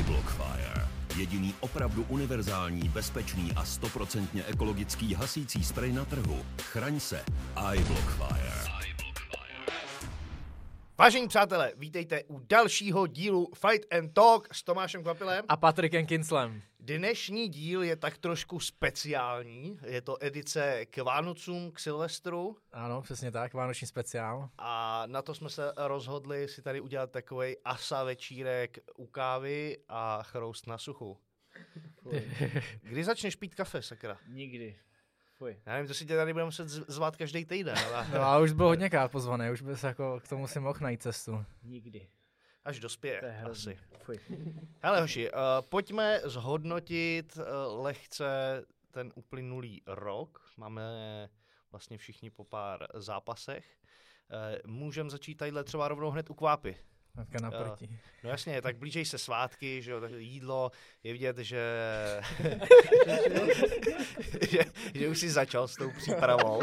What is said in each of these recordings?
iBlockFire. Jediný opravdu univerzální, bezpečný a 100% ekologický hasící sprej na trhu. Chraň se. iBlockFire. Vážení přátelé, vítejte u dalšího dílu Fight and Talk s Tomášem Kvapilem a Patrikem Kinslem. Dnešní díl je tak trošku speciální. Je to edice k Vánocům, k Silvestru. Ano, přesně tak, vánoční speciál. A na to jsme se rozhodli si tady udělat takovej asa večírek u kávy a chroust na suchu. Kdy začneš pít kafe, sakra? Nikdy. Fuj. Já nevím, to si tě tady budeme muset zvát každý týden. Ale... No a už byl hodněkrát pozvaný, už bys jako k tomu si mohl najít cestu. Nikdy. Až dospěje, To je hrozný. asi. Fuj. Hele hoši, pojďme zhodnotit lehce ten uplynulý rok. Máme vlastně všichni po pár zápasech. Můžeme začít tadyhle třeba rovnou hned u Kvápy. Hnedka naproti. No jasně, tak blížej se svátky, že jo, tak jídlo, je vidět, že... že už jsi začal s tou přípravou.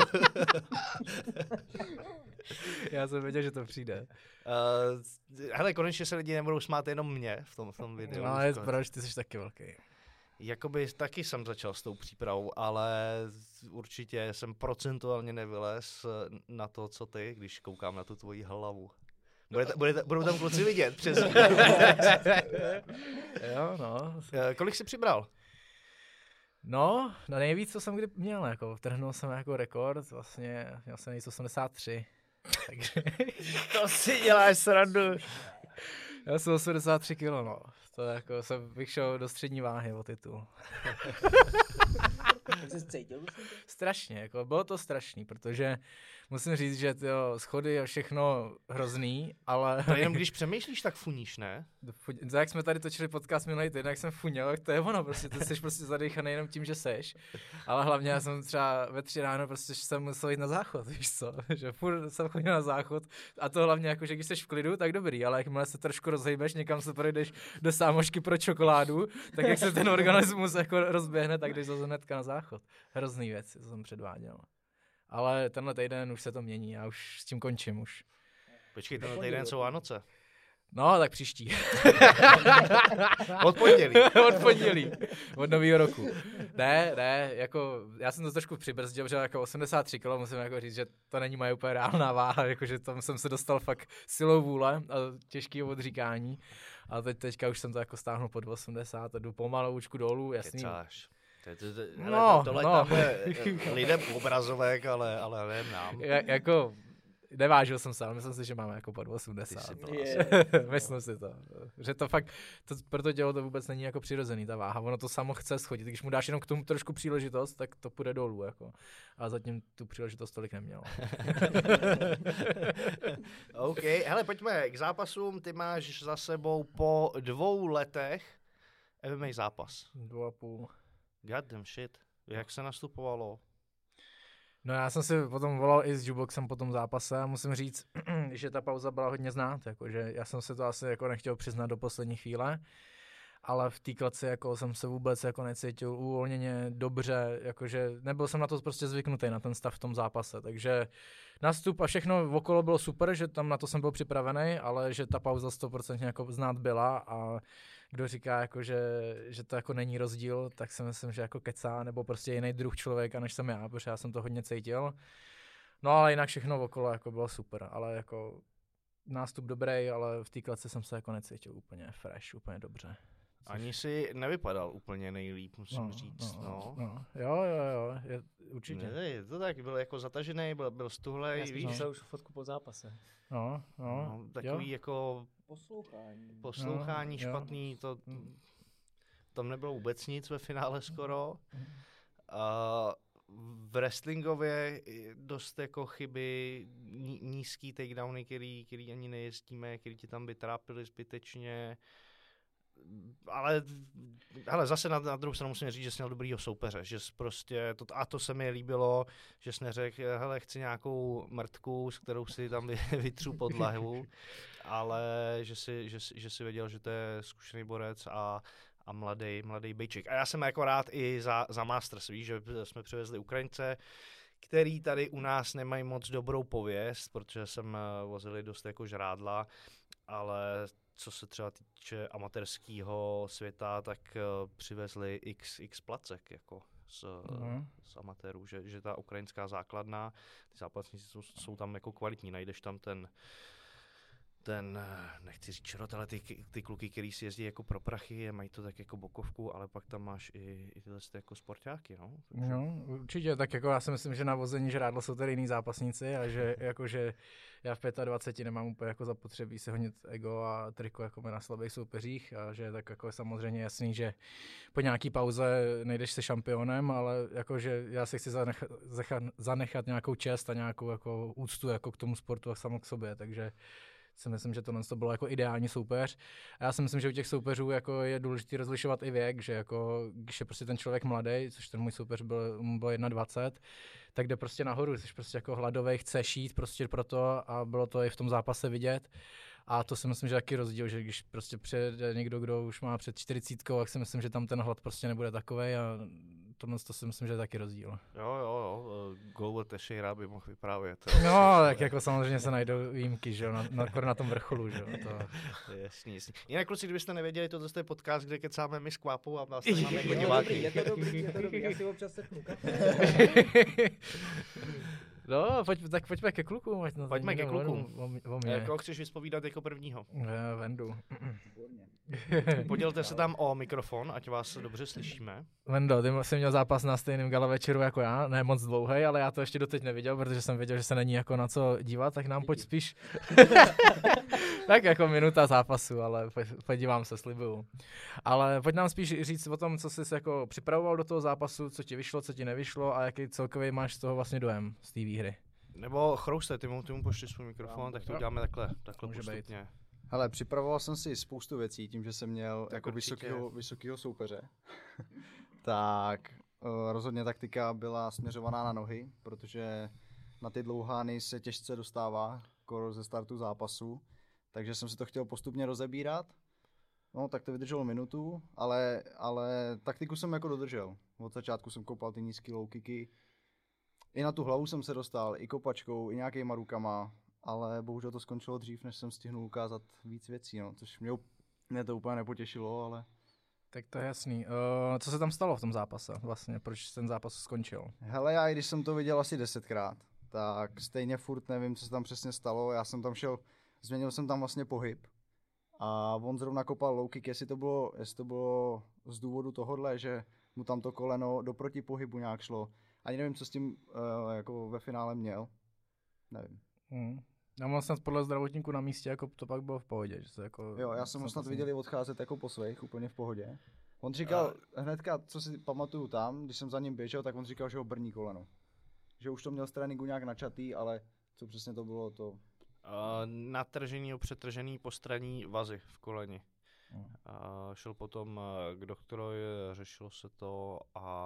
Já jsem věděl, že to přijde. Hele, konečně se lidi nebudou smát jenom mě v tom videu. No ale proč, ty jsi taky velký. Jakoby taky jsem začal s tou přípravou, ale určitě jsem procentuálně nevylez na to, co ty, když koukám na tu tvoji hlavu. Budou tam kluci vidět přes. Jo, no. Kolik jsi přibral? No, na nejvíc, co jsem kdy měl, jako trhnul jsem jako rekord, vlastně měl jsem nejvíc 83. Takže... To si děláš srandu. Já jsem 83 kg, no. To jako jsem vyšel do střední váhy o titul. Jak jsi cítil? Strašně, jako bylo to strašný, protože musím říct, že tyjo, schody a všechno hrozný, ale... To jenom když přemýšlíš, tak funíš, ne? Jak jsme tady točili podcast minulý týden, jak jsem funěl, tak to je ono, prostě ty jsi prostě zadechaný jenom tím, že seš, ale hlavně já jsem třeba ve 3 ráno prostě jsem musel jít na záchod, víš co, že furt jsem chodil na záchod a to hlavně jako, že když jsi v klidu, tak dobrý, ale jakmile se trošku rozhejbeš, někam se projdeš do sámošky pro čokoládu, tak jak se ten organismus jako rozběhne, tak jdeš zase hnedka na záchod. Hrozný věc, co jsem předváděl. Ale tenhle týden už se to mění, já už s tím končím už. Počkej, tenhle týden jsou Vánoce. No, tak příští. Od pondělí. Od pondělí. Od nového roku. Ne, jako, já jsem to trošku přibrzdil, že jako 83 kg, musím jako říct, že to není moje úplně reálná váha, jakože tam jsem se dostal fakt silou vůle a těžký odříkání. A teďka už jsem to jako stáhnul pod 80 a jdu pomaloučku dolů, jasný. Kecáš. No, tohle tam je lidem obrazovek, ale nevím nám. Jako, nevážil jsem se, ale myslím si, že máme jako pod 80. Myslím si to. Že to fakt, pro to tělo to vůbec není jako přirozený, ta váha. Ono to samo chce schodit. Když mu dáš jenom k tomu trošku příležitost, tak to půjde dolů. Jako. A zatím tu příležitost tolik nemělo. OK, hele, pojďme k zápasům. Ty máš za sebou po 2 letech MMA zápas. 2,5. God damn shit. Jak se nastupovalo? No já jsem si potom volal i s Juboxem po tom zápase a musím říct, že ta pauza byla hodně znát, jakože já jsem se to asi jako nechtěl přiznat do poslední chvíle, ale v té kladce jako jsem se vůbec jako necítil uvolněně, dobře, jakože nebyl jsem na to prostě zvyknutý, na ten stav v tom zápase, takže nastup a všechno okolo bylo super, že tam na to jsem byl připravený, ale že ta pauza 100% jako znát byla a kdo říká, jako, že to jako není rozdíl, tak si myslím, že jako kecá, nebo prostě jiný druh člověka, než jsem já, protože já jsem to hodně cítil. No ale jinak všechno okolo jako bylo super, ale jako nástup dobrý, ale v té kladce jsem se jako necítil úplně fresh, úplně dobře. Ani si nevypadal úplně nejlíp, musím říct. No. Jo, určitě. Ne, je to tak, byl jako zatažený, byl stuhlej, Já jsem víš. už fotku po zápase. No, takový jo. jako poslouchání špatný, to tam nebylo vůbec nic ve finále skoro. V wrestlingově dost jako chyby, nízký takedowny, který ani nejezdíme, který ti tam by trápili zbytečně. Ale zase na druhou stranu musím říct, že jsi měl dobrýho soupeře, že jsi prostě, to se mi líbilo, že jsi neřekl, hele, chci nějakou mrtku, s kterou si tam vytřu podlahu, ale že si věděl, že to je zkušený borec a mladý bejček. A já jsem jako rád i za Masters, víš, že jsme přivezli Ukrajince, který tady u nás nemají moc dobrou pověst, protože jsem vozili dost jako žrádla ale co se třeba týče amatérského světa, tak přivezli x placek jako z amatérů, že ta ukrajinská základna, ty zápasníci jsou tam jako kvalitní, najdeš tam ten, nechci říct čerot, ale ty kluky, který si jezdí jako pro prachy, mají to tak jako bokovku, ale pak tam máš i tyhle jako sportáky, no. Takže... No, určitě, tak jako já si myslím, že na vození žrádlo jsou tady jiný zápasníci a že jakože já v 25 nemám úplně jako zapotřebí se honit ego a triko jako na slabých soupeřích a že tak jako je samozřejmě jasný, že po nějaký pauze nejdeš se šampionem, ale jakože já si chci zanechat nějakou čest a nějakou jako úctu jako k tomu sportu a samo k sobě, takže si myslím, že tohle to bylo jako ideální soupeř. A já si myslím, že u těch soupeřů jako je důležité rozlišovat i věk, že jako, když je prostě ten člověk mladý, což ten můj soupeř byl 21, tak jde prostě nahoru, jsi prostě jako hladovej, chceš jít prostě proto a bylo to i v tom zápase vidět. A to si myslím, že je taky rozdíl, že když prostě přijde někdo, kdo už má před 40, tak si myslím, že tam ten hlad prostě nebude takovej a to si myslím, že je taky rozdíl. Jo, Goubert Teixeira by mohl vyprávět. No, tak jako samozřejmě se najdou výjimky, že jo, na tom vrcholu, že jo. To je jasný. Jinak kluci, kdybyste nevěděli, to je podcast, kde kecáme my s Kvápou a vás tady máme jako diváky. Je to dobrý, já si občas seknu. No, pojďme ke klukům. Pojďme ke klukům. Jako chceš vyspovídat jako prvního? Vendu. Podělte se tam o mikrofon, ať vás dobře slyšíme. Vendo, ty jsi měl zápas na stejném gala večeru jako já, ne moc dlouhej, ale já to ještě doteď neviděl, protože jsem věděl, že se není jako na co dívat, tak nám pojď spíš. Tak jako minuta zápasu, ale podívám se, slibuju. Ale pojď nám spíš říct o tom, co jsi jako připravoval do toho zápasu, co ti vyšlo, co ti nevyšlo a jaký celkový máš z toho vlastně dojem z té výhry. Nebo Chrouste, ty mu pošli svůj mikrofon, tak to uděláme takhle postupně. Hele, připravoval jsem si spoustu věcí tím, že jsem měl tak jako vysokýho soupeře. Tak rozhodně taktika byla směřovaná na nohy, protože na ty dlouhány se těžce dostává ze startu zápasu, takže jsem si to chtěl postupně rozebírat. No, tak to vydrželo minutu, ale taktiku jsem jako dodržel. Od začátku jsem koupal ty nízký low kicky. I na tu hlavu jsem se dostal, i kopačkou, i nějakýma rukama, ale bohužel to skončilo dřív, než jsem stihnul ukázat víc věcí, no, což mě to úplně nepotěšilo, ale... Tak to je jasný. Co se tam stalo v tom zápase vlastně? Proč ten zápas skončil? Hele, já když jsem to viděl asi 10krát, tak stejně furt nevím, co se tam přesně stalo. Já jsem tam změnil jsem tam vlastně pohyb a on zrovna kopal low kick, jestli to bylo z důvodu tohohle, že mu tam to koleno do protipohybu nějak šlo. Ani nevím, co s tím jako ve finále měl. Nevím. Já mám snad podle zdravotníku na místě, jako to pak bylo v pohodě. Že se jako, jo, já jsem ho snad viděl odcházet jako po svých, úplně v pohodě. On říkal hnedka, co si pamatuju tam, když jsem za ním běžel, tak on říkal, že ho brní koleno. Že už to měl z tréninku nějak načatý, ale co přesně to bylo, to... Natržený, přetržený postranní vazy v koleni. Šel potom k doktorovi, řešilo se to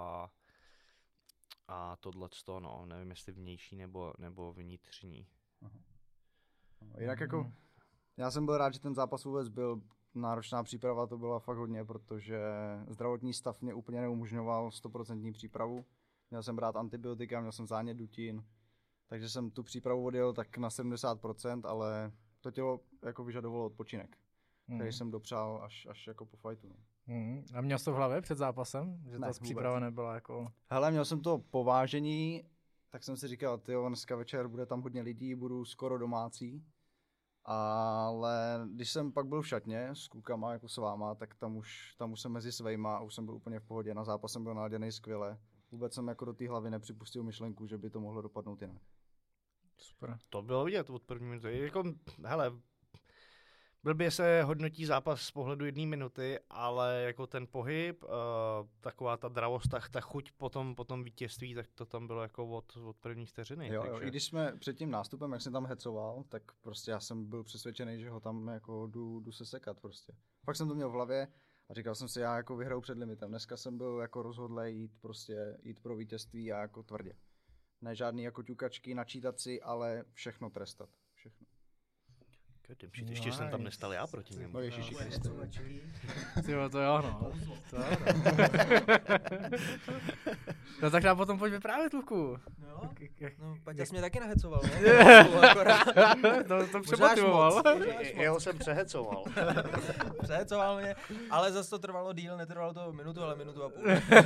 a tohleto, no, nevím, jestli vnější nebo vnitřní. Jinak jako, já jsem byl rád, že ten zápas vůbec byl, náročná příprava to byla fakt hodně, protože zdravotní stav mě úplně neumožňoval 100% přípravu. Měl jsem brát antibiotika, měl jsem zánět dutin, takže jsem tu přípravu odjel tak na 70%, ale to tělo jako vyžadovalo odpočinek. Takže jsem dopřál až jako po fightu. No. A měl jsi to v hlavě před zápasem? Že ta příprava nebyla jako... Hele, měl jsem to po vážení, tak jsem si říkal, dneska večer bude tam hodně lidí, budu skoro domácí. Ale když jsem pak byl v šatně s klukama, jako s váma, tak tam už jsem mezi svejma a už jsem byl úplně v pohodě. Na zápas jsem byl naladěnej skvěle. Vůbec jsem jako do té hlavy nepřipustil myšlenku, že by to mohlo dopadnout jinak. Super. To bylo vidět od první minuty. Jako, hele, blbě se hodnotí zápas z pohledu 1 minuty, ale jako ten pohyb, taková ta dravost, ta chuť po tom vítězství, tak to tam bylo jako od první vteřiny. Jo, i když jsme před tím nástupem, jak jsem tam hecoval, tak prostě já jsem byl přesvědčený, že ho tam jako jdu se sekat prostě. Pak jsem to měl v hlavě a říkal jsem si, já jako vyhraju před limitem. Dneska jsem byl jako rozhodlej jít pro vítězství a jako tvrdě. Ne žádný jako ťukačky, načítat si, ale všechno trestat. Všechno. Ještě jsem tam nestal já proti němu. Ježiši Kriste. Tyjo, to jo, no. To jo, no. No tak nám potom pojď vyprávět, Luku. No, Paťa jsi mě taky nahecoval, ne? To přemotivoval. Jeho jsem přehecoval. Přehecoval mě, ale zase to trvalo díl, netrvalo to minutu, ale minutu a půl.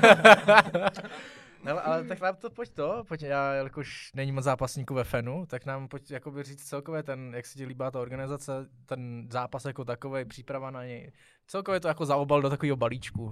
Hele, ale tak nám to pojď, já, jelikož není moc zápasníků ve FENu, tak nám pojď jakoby říct celkově ten, jak se ti líbá ta organizace, ten zápas jako takovej, příprava na něj. Celkově to jako zaobal do takového balíčku.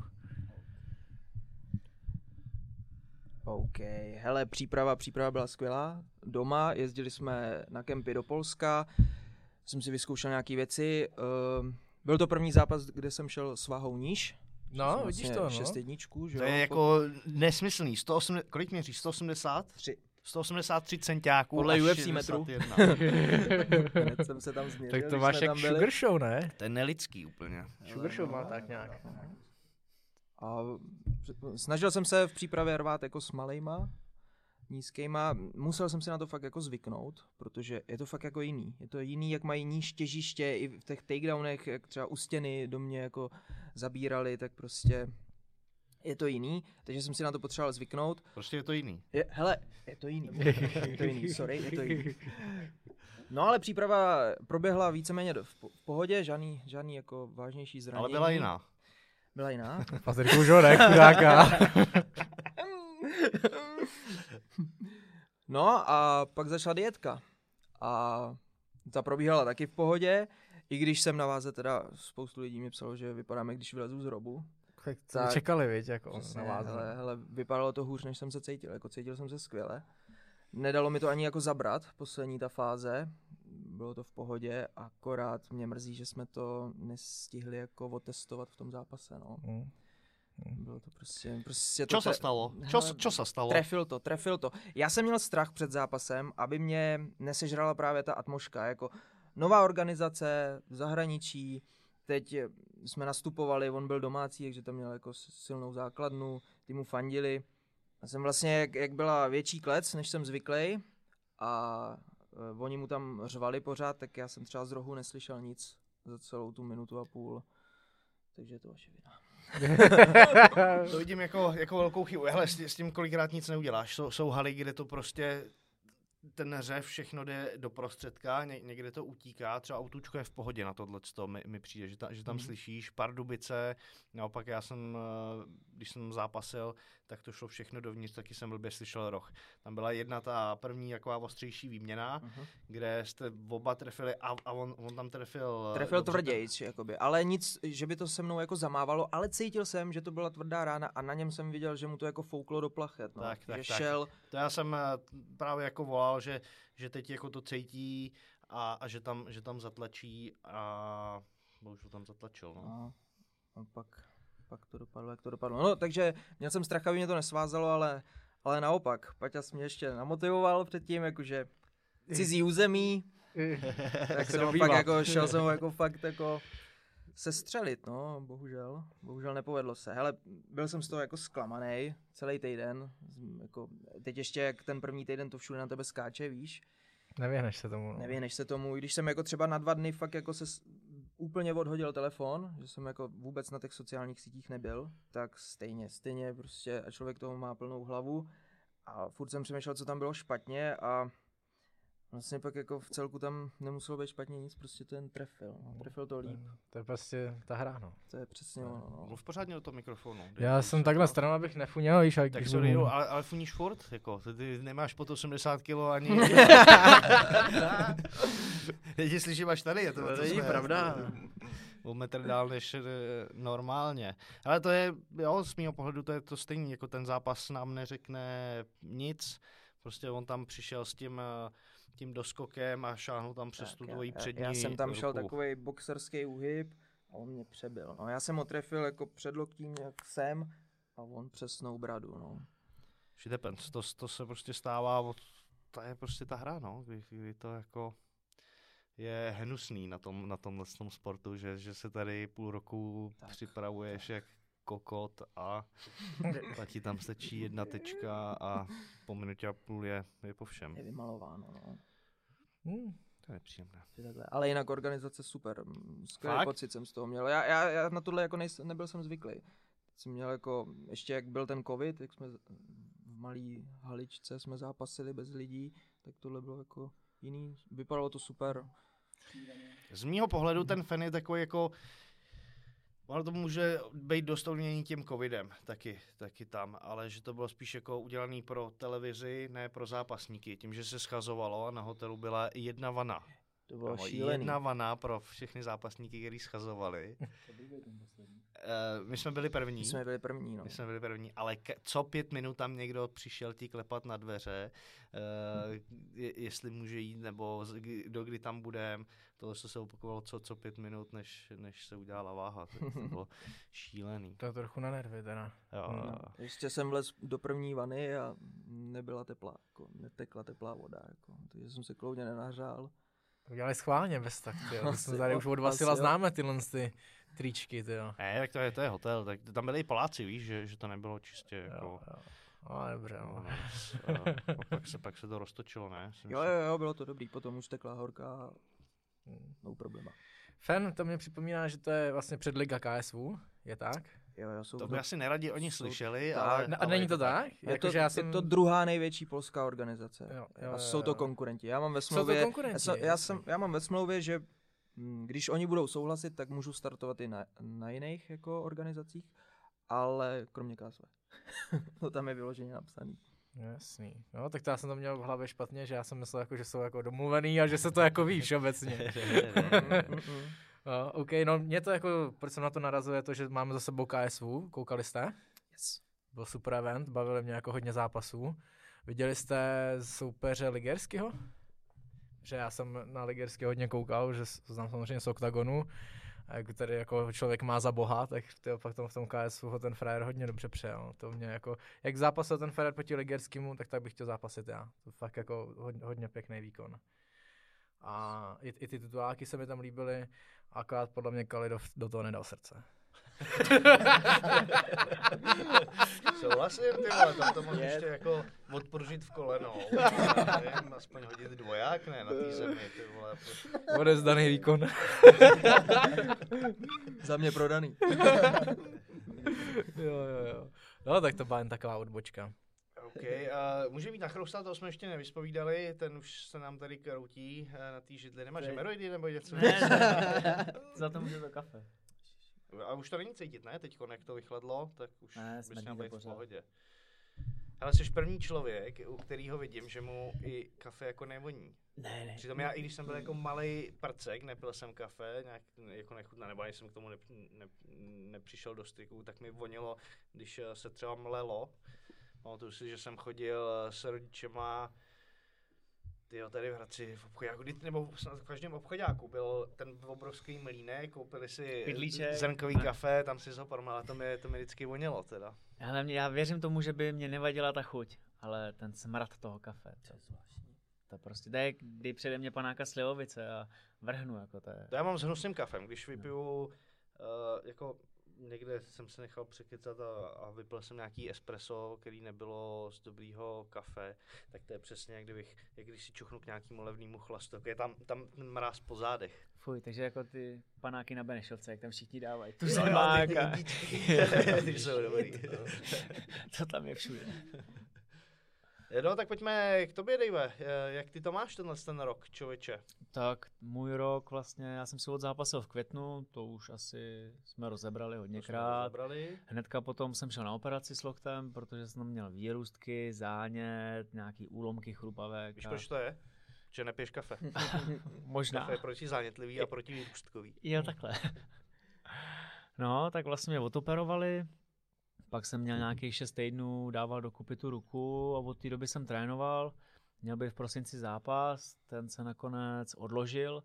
OK, hele, příprava byla skvělá. Doma jezdili jsme na kempy do Polska, jsem si vyzkoušel nějaké věci. Byl to první zápas, kde jsem šel s váhou níž. No, vidíš to, no. 6-1, že To jo? je jako nesmyslný. Kolik měříš? 3. 183 centiáků Podle až UFC metru. 61. Hned jsem se tam změřil, Tak to když máš jsme jak tam byli. Sugar Show, ne? To je nelidský úplně. Sugar Show má tak nějak. A snažil jsem se v přípravě rvát jako s malejma, nízkejma. Musel jsem si na to fakt jako zvyknout, protože je to fakt jako jiný. Je to jiný, jak mají níž těžiště i v těch takedownech, jak třeba u stěny do mě jako zabírali, tak prostě je to jiný. Takže jsem si na to potřeboval zvyknout. Prostě je to jiný. Hele, je to jiný. Je to jiný, sorry, je to jiný. No ale příprava proběhla víceméně v pohodě, žádný jako vážnější zranění. Ale byla jiná. Byla jiná. Patriku Žorek, chudáka. No a pak začala dietka. A ta probíhala taky v pohodě, i když jsem na váze teda spoustu lidí mi psalo, že vypadáme, když vylezu z hrobu. Tak čekali, viď, jako Přesně, na vás. hele, vypadalo to hůř, než jsem se cítil. Jako cítil jsem se skvěle. Nedalo mi to ani jako zabrat, poslední ta fáze. Bylo to v pohodě, akorát mě mrzí, že jsme to nestihli jako otestovat v tom zápase, no. Bylo to prostě Co se stalo? Co se stalo? Trefil to. Já jsem měl strach před zápasem, aby mě nesežrala právě ta atmosféra, jako nová organizace v zahraničí, teď jsme nastupovali, on byl domácí, takže tam měl jako silnou základnu, ty mu fandili. A jsem vlastně, jak byla větší klec, než jsem zvyklý, a oni mu tam řvali pořád, tak já jsem třeba z rohu neslyšel nic za celou tu minutu a půl. Takže je to vaše vina. To vidím jako velkou chybu. Hele, s tím kolikrát nic neuděláš. Jsou haly, kde to prostě ten řev všechno jde do prostředka, někde to utíká, třeba autůčko je v pohodě na tohleto, mi přijde, že tam slyšíš Pardubice, naopak já jsem, když jsem zápasil, tak to šlo všechno dovnitř, taky jsem blbě slyšel roh. Tam byla jedna ta první taková ostřejší výměna, kde jste oba trefili a on tam trefil... Trefil tvrdějc, jakoby, ale nic, že by to se mnou jako zamávalo, ale cítil jsem, že to byla tvrdá rána a na něm jsem viděl, že mu to jako fouklo do plachet, no. Tak. Šel... To já jsem právě jako volal, že teď jako to cítí a že tam zatlačí a bohužel tam zatlačil, no. A pak to dopadlo, jak to dopadlo. No, takže měl jsem strach, aby mě to nesvázalo, ale naopak. Paťa mě ještě namotivoval předtím, jakože cizí území, tak jsem fakt jako, šel jsem jako fakt jako sestřelit, no, bohužel nepovedlo se. Hele, byl jsem z toho jako zklamanej celý týden, jako, teď ještě jak ten první týden to všude na tebe skáče, víš. Nevěneš se tomu. No. Nevěneš se tomu, i když jsem jako třeba na 2 dny fakt jako se úplně odhodil telefon, že jsem jako vůbec na těch sociálních sítích nebyl, tak stejně prostě a člověk toho má plnou hlavu a furt jsem přemýšlel, co tam bylo špatně a vlastně pak jako v celku tam nemuselo být špatně nic, prostě to jen trefil. No. Trefil to líp. To je prostě ta hra, no. To je přesně ono. No. Mluv pořádně do toho mikrofonu. Já jsem takhle stranou, abych nefuněl, víš, jak tak sorry, ale funíš furt, jako, ty nemáš pod 80 kg ani... Teď slyším až tady, to není pravda. O metr dál než normálně. Ale to je, jo, z mýho pohledu to je to stejný, jako ten zápas nám neřekne nic, prostě on tam přišel s tím doskokem a šáhnul tam přes tu tvoji přední Já jsem tam šel ruku. Takovej boxerský úhyb a on mě přebil. No, já jsem ho trefil jako před loktím jak sem a on přesnou bradu. No. Shit happens, to se prostě stává, to je prostě ta hra, no, kdy to jako je hnusný na tomhle sportu, že se tady půl roku připravuješ jak kokot a pak ti tam stačí 1 tečka a po minutě a půl je po všem. Je vymalováno, no. To je příjemné. Ale jinak organizace super, skvělý pocit jsem z toho měl. Já na tohle jako nebyl jsem zvyklý. Jsem měl jako, ještě jak byl ten covid, jak jsme v malý haličce jsme zápasili bez lidí, tak tohle bylo jako jiný, vypadalo to super. Z mýho pohledu ten fen je takový jako, ono to může být dost ovlivněný tím covidem, taky tam, ale že to bylo spíš jako udělaný pro televizi, ne pro zápasníky, tím, že se schazovalo a na hotelu byla jedna vana. To bylo šílený. Jedna vana pro všechny zápasníky, kteří schazovali. My jsme byli první. My jsme byli první, ale co 5 minut tam někdo přišel ti klepat na dveře, jestli může jít, nebo kdy tam budem. Tohle se opakovalo co 5 minut, než se udělala váha. To bylo šílený. To je trochu na nervy teda. Jo. Ještě jsem vlez do první vany a nebyla teplá, jako netekla teplá voda, jako, takže jsem se kloudně nenahřál. To udělali schválně bez tak, tyjo. My jsme tady už od Vasila známe tyhle tričky, tyjo. Ne, tak to je hotel, tak tam byli i Poláci, víš, že to nebylo čistě jako... Jo. No, dobře, no. Pak se to roztočilo, ne? Jo, bylo to dobrý, potom už tekla horka, no problema. Fen, to mě připomíná, že to je vlastně předliga KSV, je tak? Jo, to by asi neradi oni slyšeli, ale... A není to tak? Je to druhá největší polská organizace. Jo, a jsou to konkurenti. Já mám ve smlouvě, já mám ve smlouvě, že když oni budou souhlasit, tak můžu startovat i na jiných jako organizacích, ale kromě KSV. To tam je vyloženě napsaný. Jasný. No, tak to já jsem to měl v hlavě špatně, že já jsem myslel, jako, že jsou jako domluvený a že se to jako ví všeobecně. No, OK, no mě to jako, proč jsem na to narazil, je to, že máme za sebou KSV, koukali jste? Yes. Byl super event, bavili mě jako hodně zápasů. Viděli jste soupeře Ligerského? Že já jsem na Ligerského hodně koukal, že znám samozřejmě z Oktagonu, který jako člověk má za boha, tak pak v tom KSV ho ten frajer hodně dobře přejel. To mě jako, jak zápasil ten frajer proti Ligerskému, tak bych chtěl zápasit já. To fakt jako hodně pěkný výkon. A i ty tituláky se mi tam líbily, akorát podle mě Kali do toho nedal srdce. Souhlasím, ty vole, to mohl ještě jako odporžit v koleno. Nevím, aspoň hodit dvoják, ne, na té zemi, ty vole. Odezdaný výkon. Za mě prodaný. Jo. No, tak to byla jen taková odbočka. OK, může být nachroustat, to jsme ještě nevyspovídali, ten už se nám tady kroutí na té židli. Nemáš hemeroidy nebo něco? Ne. Za to může to kafe. A už to není cítit, ne? Teď jak to vychladlo, tak už bys měl být v pohodě. Ale jsi první člověk, u kterého vidím, že mu i kafe jako nevoní. Ne. Přitom já, i když jsem byl jako malej prcek, nepil jsem kafe, nějak jako nechutná, nebo jsem k tomu nepřišel do styku, tak mi vonilo, když se třeba mlelo. Pamatuju si, že jsem chodil s rodičema tady v Hradci v obchodáku, nebo v každém obchodáku byl ten obrovský mlýnek, koupili si Pidlíček. Zrnkový kafe, tam si ho pormal a to mi vždycky vonilo teda. Ale já věřím tomu, že by mě nevadila ta chuť, ale ten smrad toho kafe, to je zvláštní. To prostě, to je, kdy přede mě panáka slivovice a vrhnu, jako to je. To já mám s hnusným kafem, když vypiju, jako někde jsem se nechal překycat a vypil jsem nějaký espresso, který nebylo z dobrýho kafe, tak to je přesně jak když si čuchnu k nějakému levnému chlastu, je tam ten mráz po zádech. Fuj, takže jako ty panáky na Benešovce, jak tam všichni dávají. Tu slimáka. Ty jsou dobrý. To tam je všude. No, tak pojďme k tobě, Dave. Jak ty to máš ten rok, člověče? Tak můj rok vlastně, já jsem si odzápasil v květnu, to už asi jsme rozebrali hodněkrát. Hnedka potom jsem šel na operaci s loktem, protože jsem měl výrůstky, zánět, nějaký úlomky chrupavek. Víš, proč to je? Že nepiješ kafe. Možná. Kafe je protizánětlivý a protivýrůstkový. Jo, takhle. No, tak vlastně mě odoperovali. Pak jsem měl nějakých 6 týdnů, dával dokupy tu ruku a od té doby jsem trénoval. Měl být v prosinci zápas, ten se nakonec odložil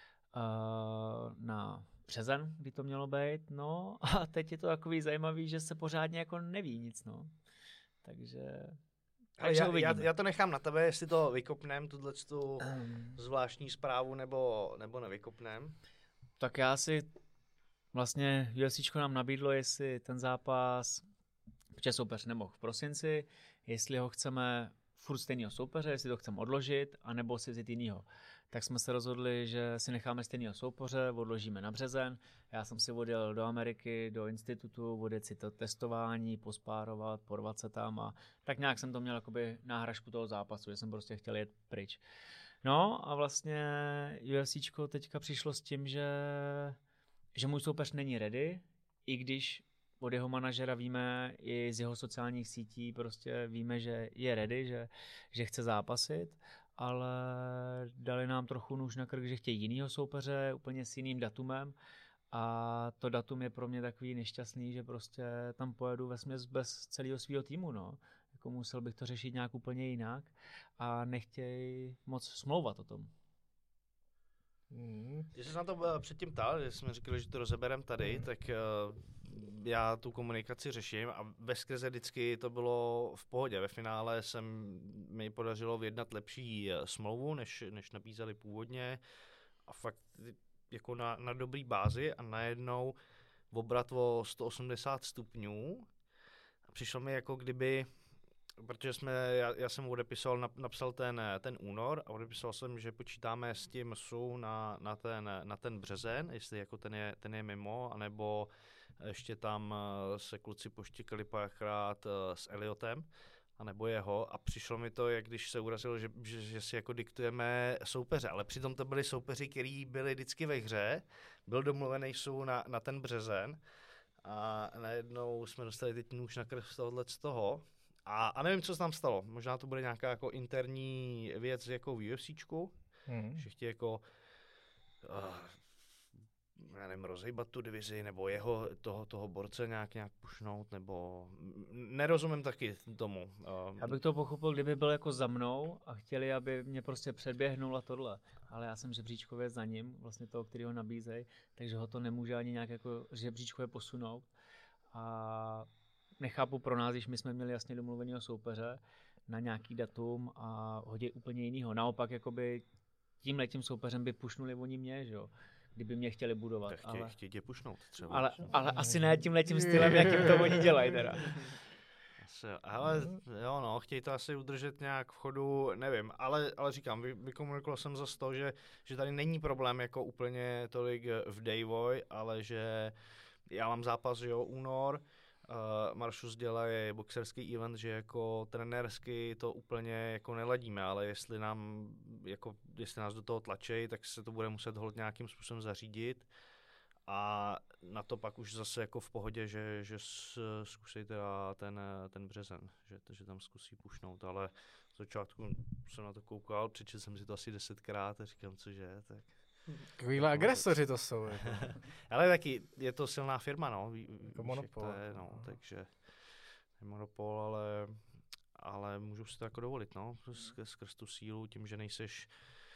na březen, kdy to mělo být. No a teď je to takový zajímavý, že se pořádně jako neví nic, no. Takže já to nechám na tebe, jestli to vykopnem, tu zvláštní zprávu, nebo nevykopnem. Tak já si vlastně UFCčko nám nabídlo, jestli ten zápas, protože soupeř nemohl v prosinci, jestli ho chceme furt stejného soupeře, jestli to chceme odložit, anebo si vzít jinýho. tak jsme se rozhodli, že si necháme stejného soupeře, odložíme na březen. Já jsem si odjel do Ameriky, do institutu, odjet si to testování, pospárovat, porvat se tam a tak nějak jsem to měl jakoby náhražku toho zápasu, že jsem prostě chtěl jet pryč. No a vlastně UFCčko teďka přišlo s tím, že můj soupeř není ready, i když od jeho manažera víme, i z jeho sociálních sítí prostě víme, že je ready, že chce zápasit, ale dali nám trochu nůž na krk, že chtějí jinýho soupeře, úplně s jiným datumem a to datum je pro mě takový nešťastný, že prostě tam pojedu vesměs bez celého svého týmu, no. Jako musel bych to řešit nějak úplně jinak a nechtějí moc smlouvat o tom. Když jsi na to předtím ptal, že jsme říkali, že to rozeberem tady, tak já tu komunikaci řeším a veskrze vždycky to bylo v pohodě. Ve finále mi podařilo vyjednat lepší smlouvu, než nabízeli původně a fakt jako na dobrý bázi a najednou obrat o 180 stupňů a přišlo mi jako kdyby, protože já jsem napsal ten únor a odepisoval jsem, že počítáme s tím SU na ten březen, jestli jako ten je mimo, anebo ještě tam se kluci poštěkali párkrát s Eliotem, anebo jeho a přišlo mi to, jak když se urazilo, že si jako diktujeme soupeře, ale přitom to byli soupeři, kteří byli vždycky ve hře, byl domluvený SU na ten březen a najednou jsme dostali teď nůž na krv z toho. A nevím, co se tam stalo. Možná to bude nějaká jako interní věc jako v UFCčku, že chtějí jako já nevím, rozhýbat tu divizi, nebo toho borce nějak pušnout, nebo nerozumím taky tomu. Já bych to pochopil, kdyby byl jako za mnou a chtěli, aby mě prostě předběhnul a tohle. Ale já jsem žebříčkově za ním, vlastně toho, který ho nabízejí, takže ho to nemůže ani nějak jako žebříčkově posunout. A nechápu pro nás, když my jsme měli jasně domluveného soupeře na nějaký datum a hodí úplně jinýho. Naopak, jakoby tímhletím soupeřem by pušnuli oni mě, že jo? Kdyby mě chtěli budovat. Tak chtějí tě pušnout třeba. Ale asi ne tímhletím stylem, jakým to oni dělají teda. Ale jo no, chtějí to asi udržet nějak v chodu, nevím, ale říkám, vykomunikoval jsem zase to, že tady není problém jako úplně tolik v Dayvoy, ale že já mám zápas, že jo, únor, Maršus dělají boxerský event, že jako trenérsky to úplně jako neladíme, ale jestli nás do toho tlačí, tak se to bude muset holt nějakým způsobem zařídit a na to pak už zase jako v pohodě, že zkusí teda ten březen, že tam zkusí pušnout, ale v začátku jsem na to koukal, přečetl jsem si to asi 10krát a říkám, cože, tak... Takovýhle agresoři to jsou. Jako. Ale taky je to silná firma, no. Jako monopol. Takže je monopol, ale můžu si to jako dovolit, no. Skrz tu sílu, tím, že nejseš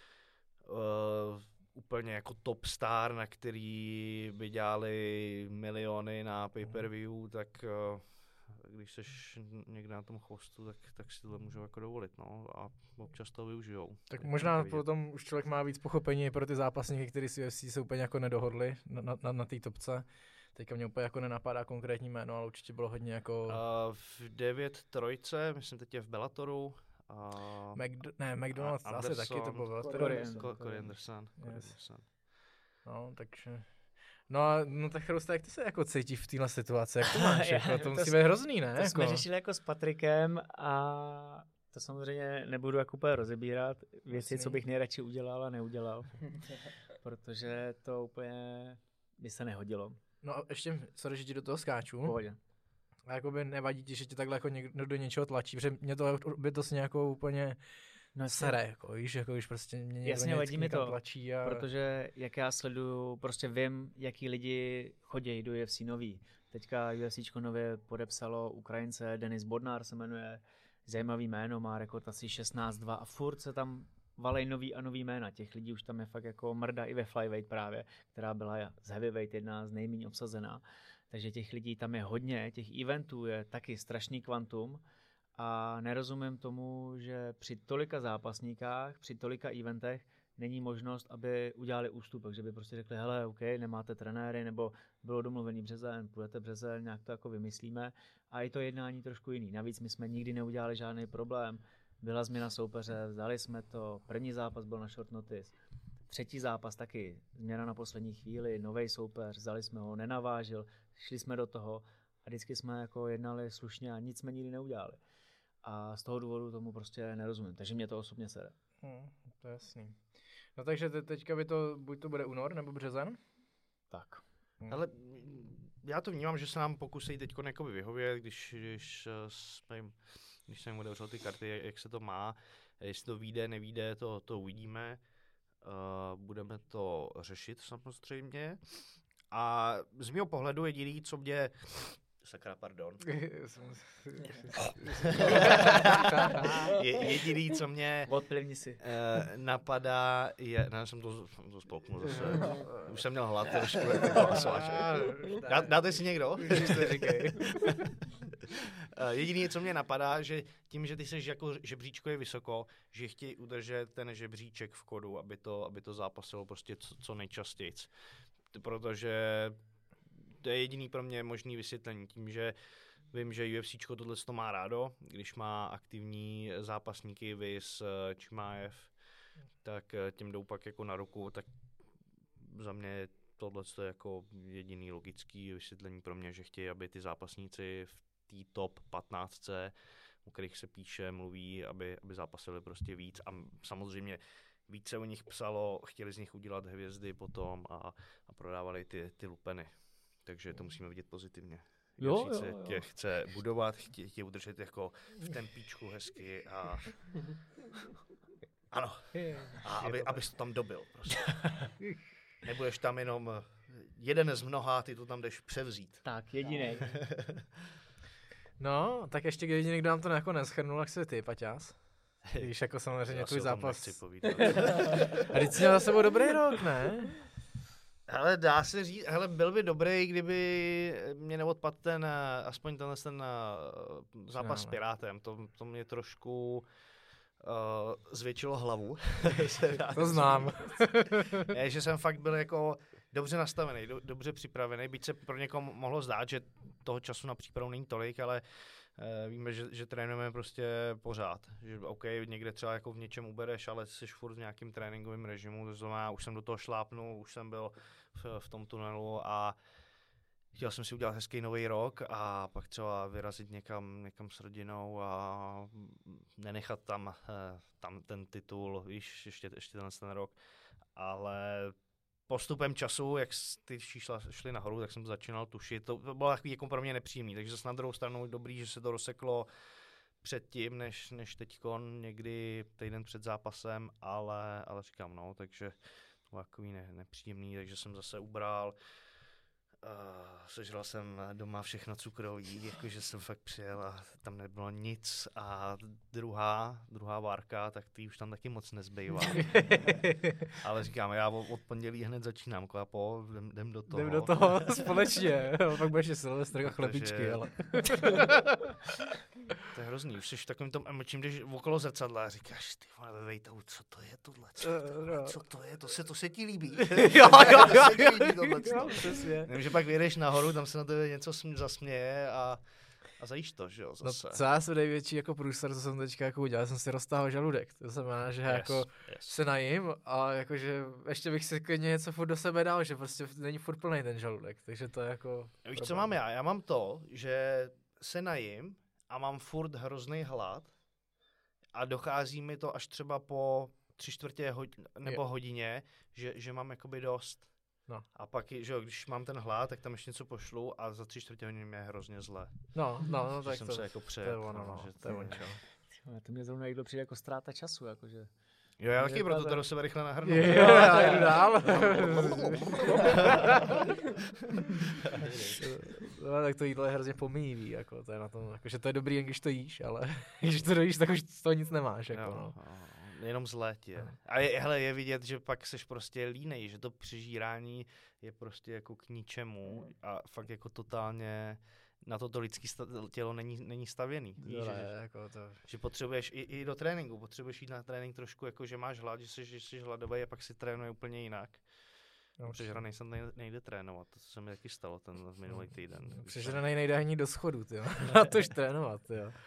úplně jako top star, na který by dělali miliony na pay-per-view, tak když seš někde na tom chvostu, tak si tohle můžou jako dovolit, no, a občas to využijou. Tak možná potom už člověk má víc pochopení pro ty zápasníky, kteří si UFC se úplně jako nedohodli na té topce. Teďka mě úplně jako nenapadá konkrétní jméno, ale určitě bylo hodně jako... V 9-3, myslím teď je v Bellatoru. McDonald's asi taky to bylo. Corey Anderson. No, takže... No tak Chrousta, jak ty se jako cítíš v téhle situaci? Jak to máš? Jako, to musí být hrozný, ne? To jsme řešili jako s Patrikem a to samozřejmě nebudu jako úplně rozebírat věci, co bych nejradši udělal a neudělal. Protože to úplně by se nehodilo. No a ještě, že ti do toho skáču. Pohodě. A jakoby nevadí ti, že tě takhle jako někdo do něčeho tlačí, protože mě to bytostně jako úplně sere, jako víš, jako když prostě mě někdo vadí mi to, tlačí. Protože jak já sleduju, prostě vím, jaký lidi chodí do UFC nový. Teďka UFCčko nově podepsalo Ukrajince, Denis Bodnar se jmenuje, zajímavý jméno, má rekord asi 16-2 a furt se tam valej nový a nový jména. Těch lidí už tam je fakt jako mrda i ve flyweight právě, která byla z heavyweight jedna z nejméně obsazená. Takže těch lidí tam je hodně, těch eventů je taky strašný kvantum a nerozumím tomu, že při tolika zápasníkách, při tolika eventech není možnost, aby udělali ústupek, že by prostě řekli, hele, OK, nemáte trenéry, nebo bylo domluvený březen, půjdete březen, nějak to jako vymyslíme a i to jednání trošku jiný. Navíc my jsme nikdy neudělali žádný problém byla změna soupeře, vzali jsme to, první zápas byl na short notice, třetí zápas taky, změna na poslední chvíli, nový soupeř, vzali jsme ho, nenavážil, šli jsme do toho a vždycky jsme jako jednali slušně a nic jsme nikdy neudělali. A z toho důvodu tomu prostě nerozumím, takže mě to osobně sere. To je jasný. No takže teďka by to, buď to bude únor nebo březen? Tak. Ale já to vnímám, že se nám pokusí teď vyhovět, když jsem jim otevřel ty karty, jak se to má, jestli to vyjde, nevyjde, to uvidíme. Budeme to řešit samozřejmě. A z mého pohledu jediný, co mě... Sakra, pardon. Jediný, co mě odplivni si. napadá, je... Ne, jsem to spolknul zase. Už jsem měl hlad trošku. Dáte si někdo? Jediný, co mě napadá, že tím, že ty seš jako žebříčko je vysoko, že chtějí udržet ten žebříček v kodu, aby to zápasilo prostě co nejčastěji. Protože to je jediný pro mě možný vysvětlení, tím, že vím, že UFCčko tohle to má rádo, když má aktivní zápasníky vis Chimaev, tak těm jdou pak jako na ruku, tak za mě tohle je jako jediný logický vysvětlení pro mě, že chtějí, aby ty zápasníci v té top 15, o kterých se píše, mluví, aby zápasili prostě víc a samozřejmě více o nich psalo, chtěli z nich udělat hvězdy potom a prodávali ty lupeny. Takže to musíme vidět pozitivně. Jo. Tě chce budovat, chtějí udržet jako v tempíčku hezky a ano. A abys to tam dobil prostě. Nebudeš tam jenom jeden z mnoha, ty to tam jdeš převzít. Tak, jedinej. No, tak ještě když někdo nám to jako neschrnul, jak se ty, Paťás? Víš, jako samozřejmě tvůj zápas. A teď jsi měl za sebou dobrý rok, ne? Hele, dá se říct, byl by dobrý, kdyby mě neodpadl aspoň ten zápas s Pirátem. To mě trošku zvětšilo hlavu. To znám. Je, že jsem fakt byl jako dobře nastavený, dobře připravený, byť se pro někoho mohlo zdát, že toho času na přípravu není tolik, ale víme, že trénujeme prostě pořád. Že OK, někde třeba jako v něčem ubereš, ale jsi furt v nějakým tréninkovém režimu, to znamená, už jsem do toho šlápnul, už jsem byl v tom tunelu a chtěl jsem si udělat hezký nový rok a pak třeba vyrazit někam s rodinou a nenechat tam ten titul, víš, ještě ten rok, ale postupem času, jak ty šli nahoru, tak jsem to začínal tušit. To bylo takový jako pro mě nepříjemný, takže zase na druhou stranu dobrý, že se to rozseklo předtím, než teďkon, někdy týden před zápasem, ale říkám, no, takže to bylo takový nepříjemný, takže jsem zase ubral. Sežral jsem doma všechno cukroví, jakože jsem fakt přijel a tam nebylo nic a druhá várka, tak ty už tam taky moc nezbývá. Ale říkám, já od pondělí hned začínám, klapo, jdem do toho. Jdem do toho společně, pak budeš Silvestr a chlebičky, ale... To je hrozný, už jsi v takovým tom emočním, když okolo zrcadla a říkáš, ty vole, ve Vejtahu, co to je tohle? Co to je? To se ti líbí? Jo, přesně. Nevím, že pak vyjedeš nahoru, tam se na tebe něco zasměje a zajíš to, že jo, zase. No, co já jsem největší jako průser, co jsem teďka jako udělal, jsem si roztáhl žaludek. To znamená, že jako se najím a jakože ještě bych si něco furt do sebe dal, že prostě není furt plný ten žaludek, takže to je jako... Víš, co mám já? Já mám to, že se najím a mám furt hrozný hlad a dochází mi to až třeba po 3/4 nebo hodině, že mám jakoby dost. No. A pak, že jo, když mám ten hlad, tak tam ještě něco pošlu a za 3/4 hodiny mě je hrozně zle. No, tak jsem to se jako to je ono, že to je ono. To mě zrovna někdo přijde jako ztráta času, jakože... Jo, já taky proto to do sebe rychle nahrnu. Jo, já jdu dál. No, tak to jídlo je hrozně pomíjivý, jako to je na tom, jakože to je dobrý, když to jíš, ale když to dojíš, tak už z toho nic nemáš, jako jo, no. Jenom zlé je. A je vidět, že pak seš prostě línej, že to přežírání je prostě jako k ničemu a fakt jako totálně na to lidský tělo není stavěný. Že potřebuješ i do tréninku, potřebuješ jít na trénink trošku jako, že máš hlad, že jsi hladový a pak si trénuje úplně jinak. No, přežranej se nejde trénovat, to se mi taky stalo ten minulý týden. Přežranej nejde ani do schodu, tyjo. Na tož trénovat, tyjo.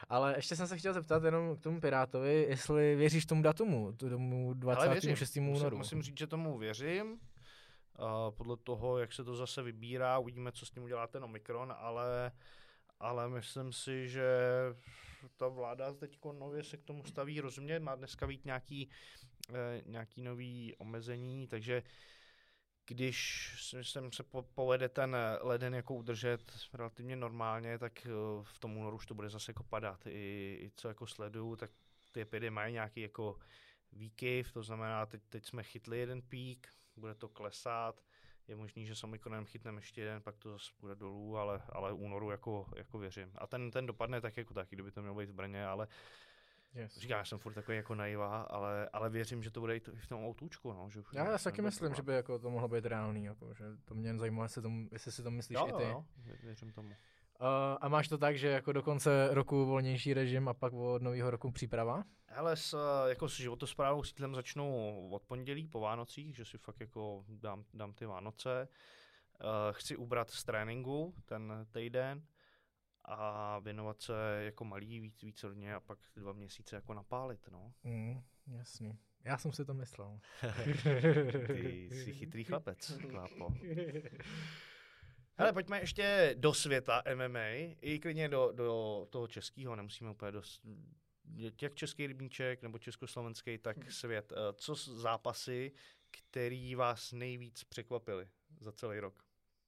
Ale ještě jsem se chtěl zeptat jenom k tomu Pirátovi, jestli věříš tomu datumu, tomu 26. únoru. Musím říct, že tomu věřím. Podle toho, jak se to zase vybírá, uvidíme, co s tím udělá ten Omikron, ale myslím si, že ta vláda teď nově se k tomu staví rozumně, má dneska být nějaký nový omezení, takže když se povede ten leden jako udržet relativně normálně, tak v tom únoru už to bude zase jako padat. I co jako sleduju, tak ty epidemie mají nějaký jako výkyv, to znamená, teď jsme chytli jeden pík, bude to klesat, je možný, že s Omikronem chytneme ještě jeden, pak to zase bude dolů, ale únoru jako věřím. A ten dopadne tak jako taky, kdyby to mělo být v Brně, ale říkám, já jsem furt takový jako naivá, ale věřím, že to bude i v tom autůčku. No, že já si taky myslím, že by jako to mohlo být reálný, jako, že to mě zajímá, jestli si to myslíš i ty. Jo, věřím tomu. A máš to tak, že jako do konce roku volnější režim a pak od nového roku příprava? Hele, jako s životosprávou sídlem začnu od pondělí po Vánocích, že si fakt jako dám ty Vánoce. Chci ubrat z tréninku ten týden a věnovat se jako malý víc rodně a pak 2 měsíce jako napálit, no. Jasný. Já jsem si to myslel. Ty jsi chytrý chlapec, Klápo. Hele, pojďme ještě do světa MMA, i klidně do toho českého, nemusíme úplně jak český rybníček nebo československý, tak svět. Co zápasy, který vás nejvíc překvapily za celý rok?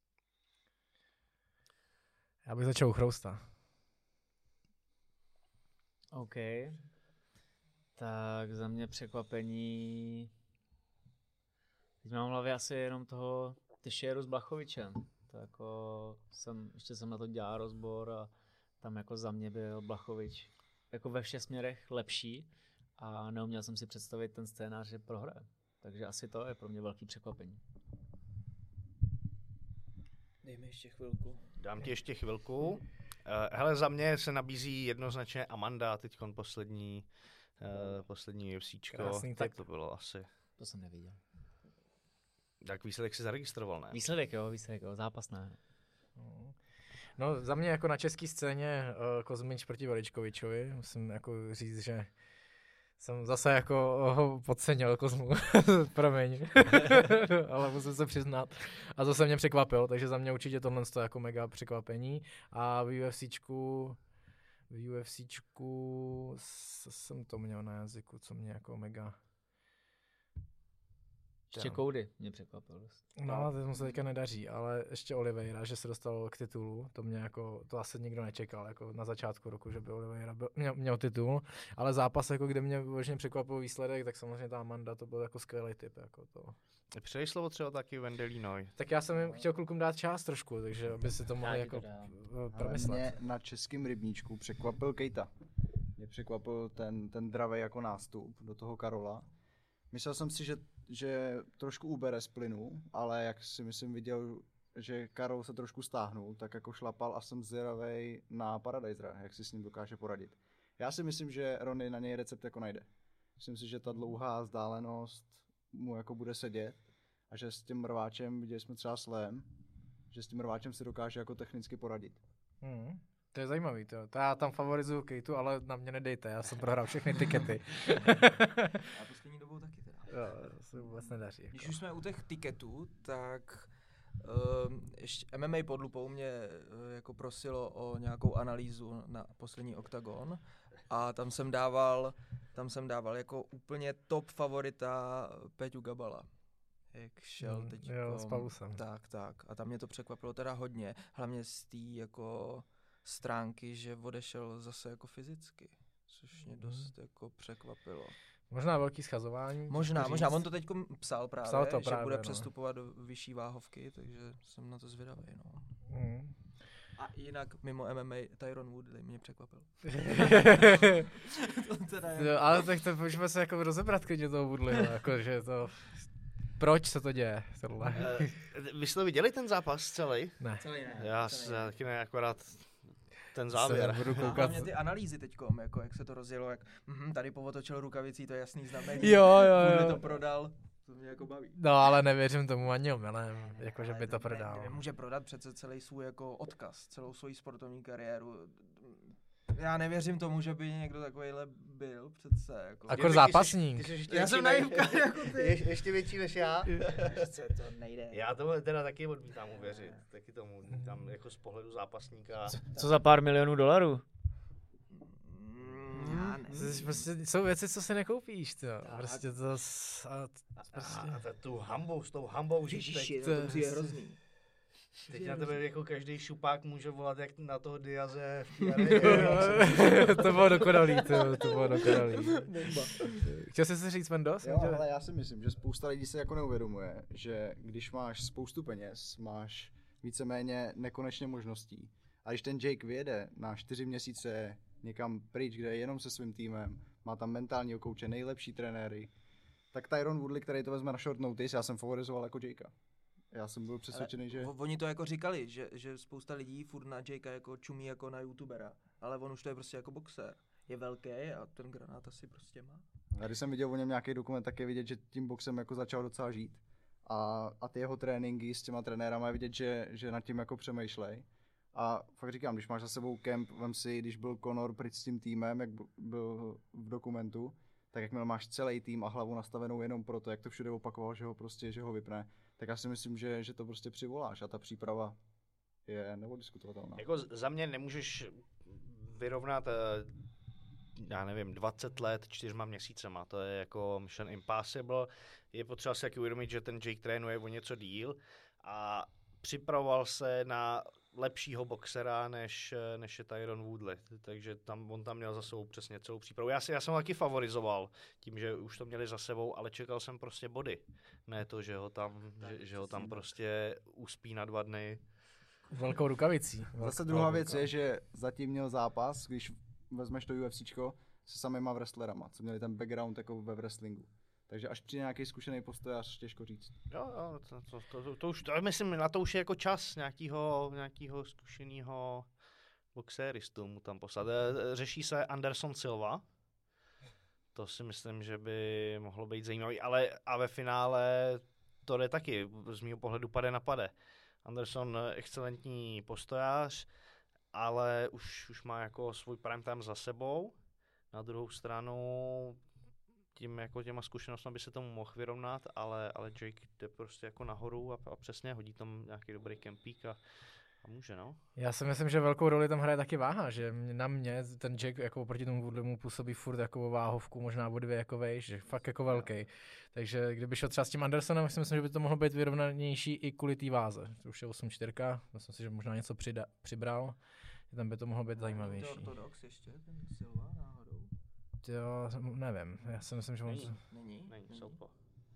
Já bych začal u Chrousta. OK. Tak za mě překvapení... Teď mám v hlavě asi jenom toho Teixeiru s Blachowicem. To jako ještě jsem na to dělal rozbor a tam jako za mě byl Blachowicz jako ve všech směrech lepší a neuměl jsem si představit ten scénář, že prohraje. Takže asi to je pro mě velký překvapení. Dej mi ještě chvilku. Dám ti ještě chvilku. Hele, za mě se nabízí jednoznačně Amanda, teďkon poslední UFCčko. Tak to bylo asi. To jsem neviděl. Tak výsledek si zaregistroval, ne? Výsledek jo, zápas ne. No za mě jako na české scéně Kozmič proti Veličkovičovi, musím jako říct, že jsem zase jako ho podcenil Kozmu, promiň, ale musím se přiznat. A to se mě překvapil, takže za mě určitě tohle je jako mega překvapení. A v UFCčku jsem to měl na jazyku, co mě jako mega... Ještě Cody mě překvapil dost. No, to mu se teďka nedaří, ale ještě Oliveira, že se dostal k titulu, to mě jako, to asi nikdo nečekal, jako na začátku roku, že by Oliveira měl titul, ale zápas, jako kde mě vážně překvapil výsledek, tak samozřejmě ta Amanda, to byl jako skvělý tip, jako to. Předej slovo třeba taky Wendelinovi. Tak já jsem jim chtěl klukům dát čas trošku, takže aby si to mohli jako promyslet. Mě na českém rybníčku překvapil Keita. Mě překvapil ten dravej jako nástup do toho Karola. Myslel jsem si, že trošku ubere z plynu, ale jak si myslím viděl, že Karol se trošku stáhnul, tak jako šlapal a jsem zvědavej na Paradisera, jak si s ním dokáže poradit. Já si myslím, že Ronny na něj recept jako najde. Myslím si, že ta dlouhá vzdálenost mu jako bude sedět a že s tím rváčem, viděli jsme třeba s Lem, že s tím rváčem si dokáže jako technicky poradit. To je zajímavý, to já tam favorizuju Kejtu, ale na mě nedejte, já jsem prohrál všechny tikety. A poslední dobou taky teda. Jo, to se vůbec nedaří. Jako. Když už jsme u těch tiketů, tak ještě MMA pod lupou mě jako prosilo o nějakou analýzu na poslední Oktagon a tam jsem dával jako úplně top favorita Peťu Gabala. Jak šel teď. Jo, s Paulusem. Tak. A tam mě to překvapilo teda hodně. Hlavně z té jako stránky, že odešel zase jako fyzicky. Což mě dost jako překvapilo. Možná velký schazování. Možná. On to teď psal právě, že bude přestupovat do vyšší váhovky, takže jsem na to zvědavý. No. A jinak mimo MMA Tyron Woodley mě překvapil. Ale tak to můžeme se jako rozebrat klidně toho Woodleyho, jako, že to... Proč se to děje? Vy jste viděli ten zápas celý? Ne. Celý ne. Já taky ne, akorát ten závěr. Budu koukat. Hlavně ty analýzy teďkom, jako jak se to rozjelo, jak tady povotočil rukavicí, to je jasný znamení. Jo. to prodal, to mě jako baví. No ale nevěřím tomu ani omylem, jako že by to prodal. Může prodat přece celý svůj jako odkaz, celou svoji sportovní kariéru. Já nevěřím tomu, že by někdo takovejhle byl přece. Jako. Jako zápasník. Já jsem naivka jako ty. Ještě větší než já. To nejde. Já tomu teda taky odmítám uvěřit. Taky tomu odmítám jako z pohledu zápasníka. Co za pár milionů dolarů? Prostě jsou věci, co si nekoupíš, to. Prostě to... A tu hambu, s tou hambou Ježiši, to je hrozný. Teď na tebe jako každý šupák může volat jak na toho Diaze v To bylo dokonalý, to bylo dokonalý. Chtěl jsi si říct, Mendos? Jo, ale já si myslím, že spousta lidí se jako neuvědomuje, že když máš spoustu peněz, máš víceméně nekonečně možností. A když ten Jake vyjede na 4 měsíce někam pryč, kde je jenom se svým týmem, má tam mentálního kouče, nejlepší trenéry, tak Tyron Woodley, který to vezme na short notice, já jsem favorizoval jako Jakea. Já jsem byl přesvědčený, že... Oni to jako říkali, že spousta lidí furt na Jakea jako čumí jako na youtubera, ale on už to je prostě jako boxer. Je velký a ten granát asi prostě má. A když jsem viděl o něm nějaký dokument, tak je vidět, že tím boxem jako začal docela žít. A ty jeho tréninky s těma trenérama je vidět, že nad tím jako přemýšlej. A fakt říkám, když máš za sebou kemp, vem si, když byl Conor pryč s tím týmem, jak byl v dokumentu, tak jakmile máš celý tým a hlavu nastavenou jenom proto, jak to všude opakoval, že ho vypne, tak já si myslím, že to prostě přivoláš a ta příprava je neodiskutovatelná. Jako za mě nemůžeš vyrovnat, já nevím, 20 let 4 měsícema, to je jako mission impossible. Je potřeba si taky uvědomit, že ten Jake trénuje o něco díl a připravoval se na lepšího boxera, než je Tyron Woodley, takže on tam měl za sebou přesně celou přípravu. Já jsem ho taky favorizoval tím, že už to měli za sebou, ale čekal jsem prostě body. Ne to, že ho tam prostě uspí na 2 dny. Velkou rukavicí. Zase druhá věc je, že zatím měl zápas, když vezmeš to UFCčko, se samýma wrestlerama, co měli ten background jako ve wrestlingu. Takže až přijde nějaký zkušený postojář, těžko říct. Jo, to už, myslím, na to už je jako čas nějakýho zkušenýho boxéristu mu tam poslat. Řeší se Anderson Silva, to si myslím, že by mohlo být zajímavý, ale a ve finále to jde taky, z mého pohledu pade na pade. Anderson excelentní postojář, ale už má jako svůj prime time za sebou. Na druhou stranu těma zkušenostmi by se tomu mohl vyrovnat, ale Jake jde prostě jako nahoru a přesně hodí tam nějaký dobrý kempík a může, no. Já si myslím, že velkou roli tam hraje taky váha, že na mě ten Jake jako oproti tomu Woodleymu působí furt jako váhovku, možná o 2 jako vejš, že fakt jako velký. Takže kdyby šel třeba s tím Andersonem, si myslím, že by to mohlo být vyrovnanější i kvůli té váze. To už je 8-4, myslím si, že možná něco přibral, tam by to mohlo být zajímavější. Ortodox ještě, ten Silva náhodou. Jo, nevím, já si myslím, že Není, Southpaw.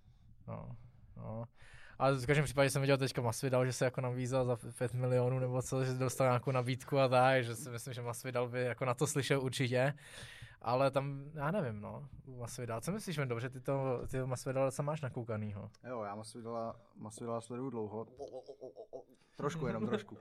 No. Ale v každém případě jsem viděl teďka Masvidal, že se jako nabízel za 5 milionů nebo co, že dostal nějakou nabídku a tak, že si myslím, že Masvidal by jako na to slyšel určitě. Ale tam, já nevím, no, Masvidal. Co myslíš, Vendo, že ty Masvidala co máš nakoukanýho? Jo, já Masvidala sleduju dlouho. Jenom trošku.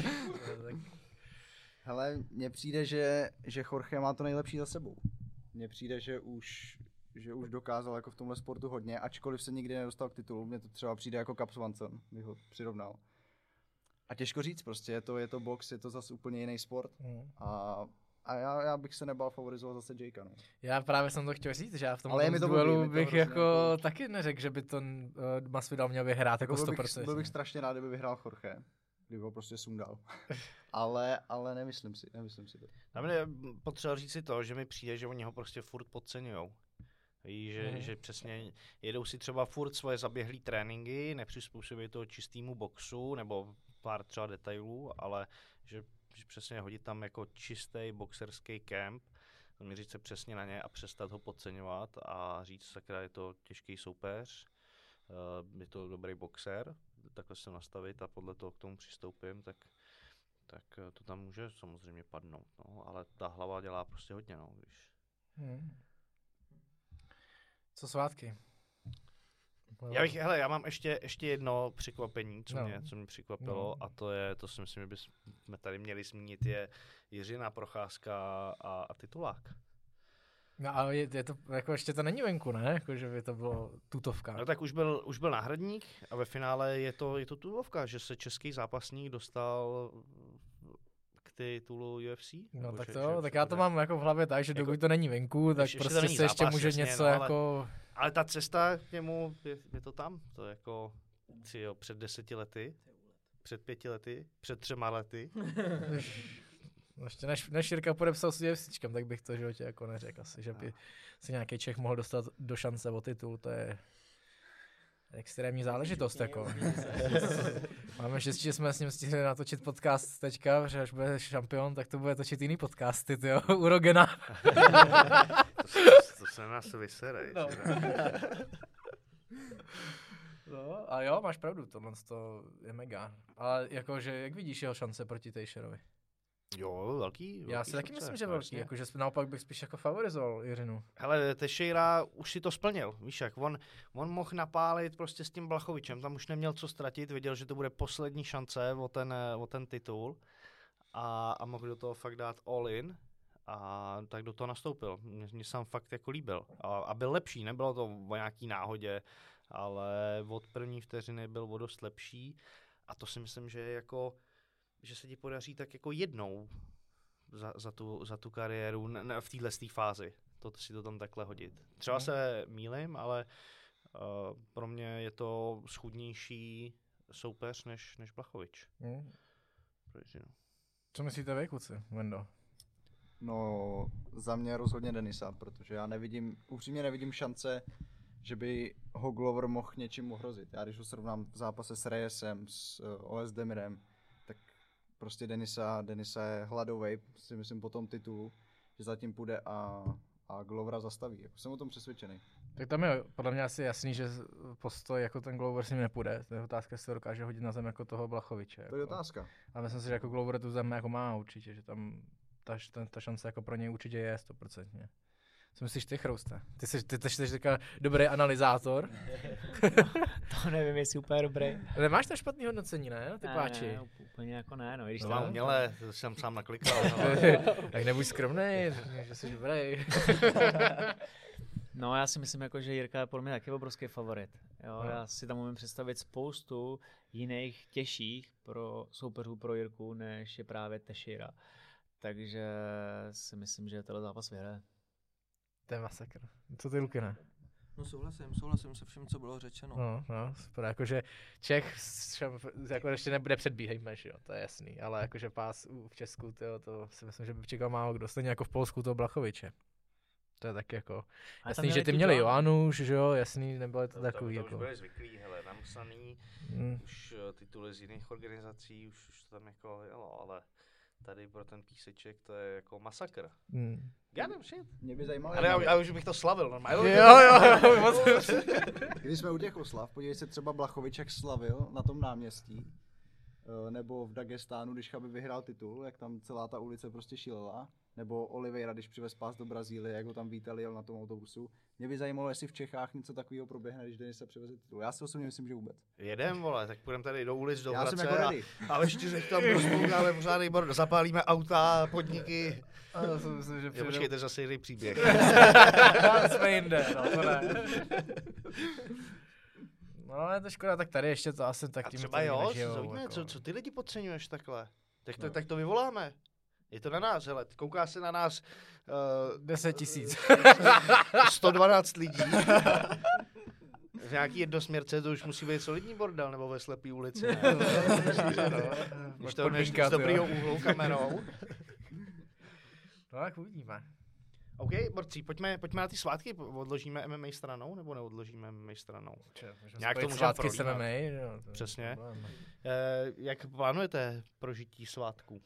Hele, mně přijde, že Jorge má to nejlepší za sebou. Mně přijde, že už dokázal jako v tomhle sportu hodně, ačkoliv se nikdy nedostal k titulu. Mně to třeba přijde jako Cub Swanson, bych ho přirovnal. A těžko říct prostě, je to box, je to zase úplně jiný sport. A já bych se nebál favorizovat zase Jakea, no. Já právě jsem to chtěl říct, že já v tom to duelu bych jako taky neřekl, že by to Masvidal měl vyhrát jako 100%. Byl bych strašně rád, kdyby vyhrál Jorge, kdyby ho prostě sundal. ale nemyslím si to. Na mě potřeba říct si to, že mi přijde, že oni ho prostě furt podceňujou. Víš, že přesně jedou si třeba furt svoje zaběhlý tréninky, nepřizpůsobí to čistýmu boxu nebo pár třeba detailů, ale že přesně hodit tam jako čistý boxerský kemp, zaměřit se přesně na ně a přestat ho podceňovat a říct, sakra, je to těžký soupeř, je to dobrý boxer, takhle se nastavit a podle toho k tomu přistoupím, tak to tam může samozřejmě padnout, no, ale ta hlava dělá prostě hodně, no, víš. Co svátky? Já mám ještě jedno překvapení, co mě překvapilo, a to si myslím, že bychom tady měli zmínit, je Jiřina Procházka a titulák. No ale je to, jako ještě to není venku, ne? Jako, že by to bylo tutovka. No tak už byl náhradník a ve finále je to tutovka, že se český zápasník dostal k titulu UFC? No tak to, tak já to mám jako v hlavě tak, že dokud to není venku, tak prostě se ještě může něco jako... Ale ta cesta k němu, je to tam, to je jako před 10 lety, před 5 lety, před 3 lety. Ještě než Jirka podepsal s UFCčkem, tak bych to v životě jako neřekl asi, že by si nějaký Čech mohl dostat do šance o titul, to je extrémní záležitost jako. Máme štěstí, že jsme s ním stihli natočit podcast teďka, protože až bude šampion, tak to bude točit jiný podcasty, tyjo, u Rogena. To se na nás vyserej. No. No, a jo, máš pravdu, tohle je mega. Ale jakože, jak vidíš jeho šance proti Tejšerovi? Jo, velký. Já si taky myslím, že velký, jakože naopak bych spíš jako favorizoval Jiřinu. Hele, Teixeira už si to splnil, víš jak, on mohl napálit prostě s tím Blachowicem, tam už neměl co ztratit, věděl, že to bude poslední šance o ten titul a mohl do toho fakt dát all in a tak do toho nastoupil. Mně se fakt jako líbil a byl lepší, nebylo to o nějaký náhodě, ale od první vteřiny byl o dost lepší a to si myslím, že je jako že se ti podaří tak jako jednou za tu kariéru v téhle fázi. To si to tam takhle hodit. Třeba se mýlim, ale pro mě je to schudnější soupeř než Blachowicz. Co myslíte vy, kluci, Vendo? No, za mě rozhodně Denisa, protože já upřímně nevidím šance, že by ho Glover mohl něčím ohrozit. Já když ho srovnám v zápase s Reyesem, s OS Demirem, tak prostě Denisa je hladovej, si myslím po tom titulu, že zatím půjde a Glovera zastaví. Jako jsem o tom přesvědčený. Tak tam je podle mě asi jasný, že postoj jako ten Glover s ním nepůjde. To je otázka, jestli to dokáže hodit na zem jako toho Blachoviče. To je otázka. A myslím si, že jako Glover tu zem jako má určitě, že tam ta šance jako pro něj určitě je 100%. Co myslíš ty, Chrouste? Ty jsi takový dobrý analyzátor. To nevím, jestli úplně dobrý. Nemáš tam špatný hodnocení, ne? Ty páči. Ne, úplně jako ne, no. Když to mám uměle, to jsem sám naklikal. Tak nebuď skromnej, že jsi dobrý. No já si myslím, jako, že Jirka je podle mě taky obrovský favorit. Jo, já si tam umím představit spoustu jiných těžších soupeřů pro Jirku, než je právě Teixeira. Takže si myslím, že tenhle zápas vyhraje. To je masakr. Co ty, Luky, ne? No souhlasím se vším, co bylo řečeno. No, super, jakože Čech jako ještě nebude předbíhejme, že jo, to je jasný, ale jakože pás v Česku, to si myslím, že by čekal málo kdo, stejně jako v Polsku toho Blachoviče. To je taky jako, jasný, že ty měli Joánuš, že jo, jasný, nebylo to takový to jako. už byli zvyklí, hele, namsaný, už tituly z jiných organizací, už to tam jako jelo, ale tady pro ten píseček to je jako masakr. Já nevím, Mě by zajímalo. Ale já už bych to slavil normálně. Jo. Když jsme u těch oslav, podívej se třeba Blachowicz, jak slavil na tom náměstí, nebo v Dagestánu, když Khabib vyhrál titul, jak tam celá ta ulice prostě šílela, nebo Oliveira, když přivez pás do Brazílie, jak ho tam vítali, jel na tom autobusu. Mě by zajímalo, jestli v Čechách něco takového proběhne, když Denis se přiveze titul. Já si osobně myslím, že vůbec. Jedem, vole, tak půjdeme tady do ulic, do Já Hradce jsem jako ready. a ve 4 tam rozpoukáme pořádný bordel, zapálíme auta, podniky. Myslím, že počkejte, zase jiný příběh. Jsme jinde, no to ne. No, je to škoda, tak tady ještě to asi tak tím. A třeba jo, jako. Co ty lidi podceňuješ takhle? Tak to vyvoláme. Je to na nás, hele, kouká se na nás 10 000. 112 lidí. V nějaký jednosměrce to už musí být solidní bordel, nebo ve slepý ulici. Když to jdeš z dobrýho úhlu kamerou. No tak uvidíme. OK, borci, pojďme na ty svátky, odložíme MMA stranou, nebo neodložíme MMA stranou? Nějak to můžeme prolíhat. Přesně. Jak plánujete prožití svátků?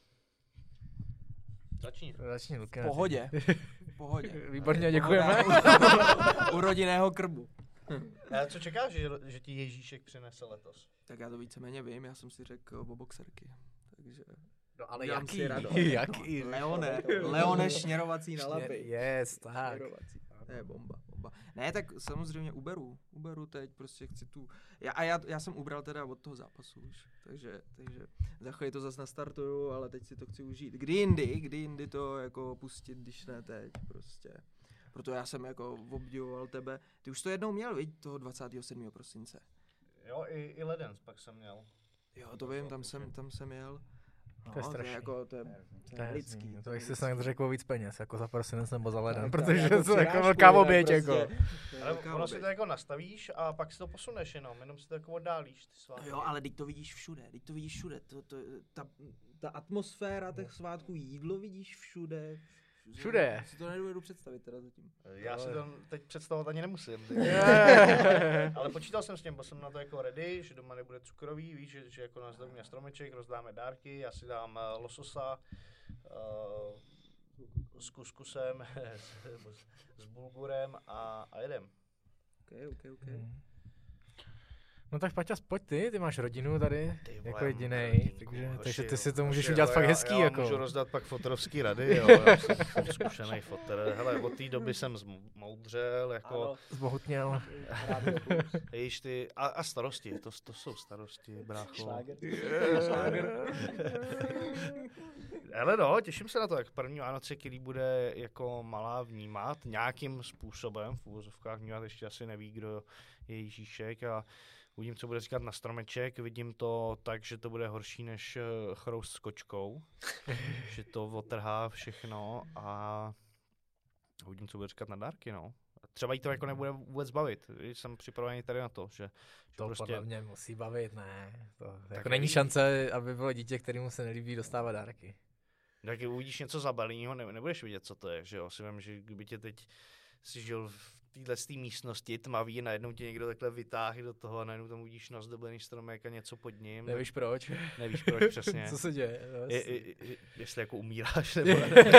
Začni, Luky. Pohodě. Výborně, děkujeme. U rodinného krbu. Co čekáš, že ti Ježíšek přinese letos? Tak já to víceméně vím, já jsem si řekl o boxerky. Takže... No ale jaký? Leone šněrovací na lapy. Yes, tak. To je bomba. Ne, tak samozřejmě Uberu teď, prostě chci tu... Já jsem ubral teda od toho zápasu už, takže za chvíli to zase nastartuju, ale teď si to chci užít. Kdy jindy to jako pustit, když ne teď prostě. Proto já jsem jako obdivoval tebe. Ty už to jednou měl, viď, toho 27. prosince. Jo, i leden pak jsem měl. Jo, to vím, tam jsem jel. To je strašný. To je lidský. To bych si snad řekl víc peněz, jako za prosinec nebo za leden, Tak, protože jako to je jako přirážku, velká oběť, prostě, jako. Ale ono si to jako nastavíš a pak si to posuneš jenom si to jako oddálíš. Ty svátky. Jo, ale teď to vidíš všude. Ta atmosféra těch svátků, jídlo vidíš všude. Všude. Si to nedovedu představit teda zatím. Já si to teď představovat ani nemusím. Ale počítal jsem s tím, byl jsem na to jako ready, že doma nebude cukrový, víš, že jako nás na stromeček, rozdáme dárky, já si dám lososa s kuskusem, s bulgurem a jedem. OK. No tak Paťa, pojď ty máš rodinu tady, Ty vole, jako jedinej, takže ty si to můžeš udělat fakt hezký, já jako. můžu rozdat pak fotorovský rady, jo, já jsem zkušený foter. Hele, od té doby jsem zmoudřel, jako... Zbohutněl. Jejíž ty, a starosti, to jsou starosti, brácho. Hele no, těším se na to, jak první Vánoce, který bude jako malá vnímat nějakým způsobem, v úvozovkách vnímat, ještě asi neví, kdo je Ježíšek a uvidím, co bude říkat na stromeček, vidím to tak, že to bude horší než chroust s kočkou, že to otrhá všechno a uvidím, co bude říkat na dárky, no. Třeba jí to jako nebude vůbec bavit, jsem připravený tady na to, že to prostě... podle mě musí bavit, ne. To jako není šance, aby bylo dítě, kterému se nelíbí dostávat dárky. Tak uvidíš něco zabalíního, nebudeš vidět, co to je, že jo, si vím, že kdyby tě teď si žil v téhle místnosti tmavý, najednou tě někdo takhle vytáhne do toho a najednou tam uvidíš nazdobený stromek a něco pod ním. Nevíš proč. Nevíš proč, přesně. Co se děje? Jestli jako umíráš, nebo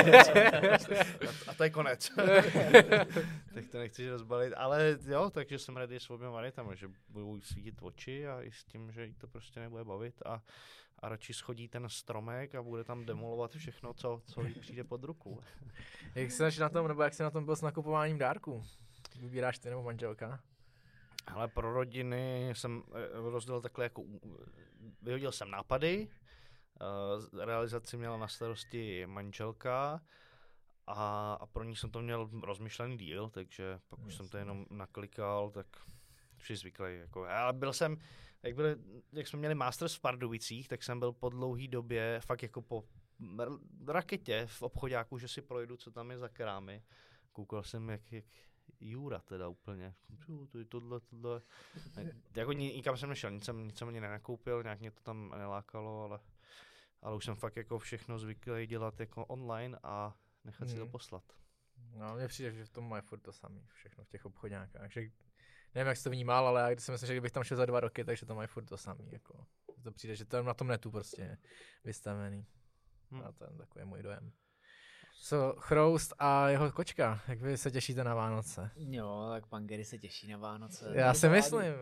a to je konec. Tak to nechceš rozbalit, ale jo, takže jsem ready s oběma variantami, že budou svítit oči a i s tím, že jí to prostě nebude bavit a radši schodí ten stromek a bude tam demolovat všechno, co jí přijde pod ruku. Jak jsi na tom, nebo jak jsi na tom byl s nakupováním dárků? Vybíráš ty nebo manželka? Ale pro rodiny jsem rozdělil takhle jako, vyhodil jsem nápady, realizaci měla na starosti manželka a pro ní jsem to měl rozmyšlený díl, takže pak už jsem to jenom naklikal, tak všichni zvyklí. Jako, ale byl jsem, jak jsme měli Masters v Pardubicích, tak jsem byl po dlouhý době fakt jako po raketě v obchoďáku, že si projdu, co tam je za krámy. Koukal jsem jak Jura teda úplně. Tohle. Jako nikam jsem nešel, nic jsem ani nenakoupil, nějak mě to tam nelákalo, ale už jsem fakt jako všechno zvyklý dělat jako online a nechat si to poslat. No, mně přijde, že v tom mají furt to samý, všechno v těch obchoďákách. Že nevím, jak jsi to vnímal, ale já si myslím, že kdybych tam šel za 2 roky, takže to mají furt to samý. Jako. To přijde, že to je na tom netu prostě vystavený. A to je takový můj dojem. Chroust a jeho kočka, jak vy se těšíte na Vánoce? Jo, tak pan Gary se těší na Vánoce. Já si myslím.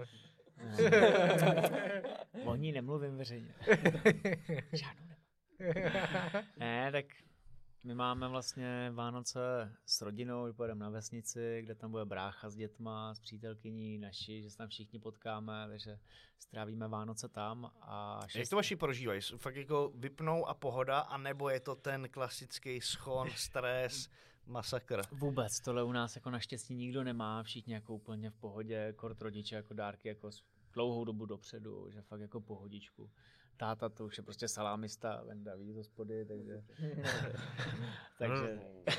O ní nemluvím veřejně. Žádnou ne, tak my máme vlastně Vánoce s rodinou, pojedeme na vesnici, kde tam bude brácha s dětma, s přítelkyní naší, že se tam všichni potkáme, takže strávíme Vánoce tam. Jak to vaši prožívají? Fakt jako vypnou a pohoda, anebo je to ten klasický schon, stres, masakr? Vůbec, tohle u nás jako naštěstí nikdo nemá, všichni jako úplně v pohodě, kort rodiče jako dárky jako dlouhou dobu dopředu, že fakt jako pohodičku. Táta to už je prostě salámista, Venda ví to spody, takže... takže...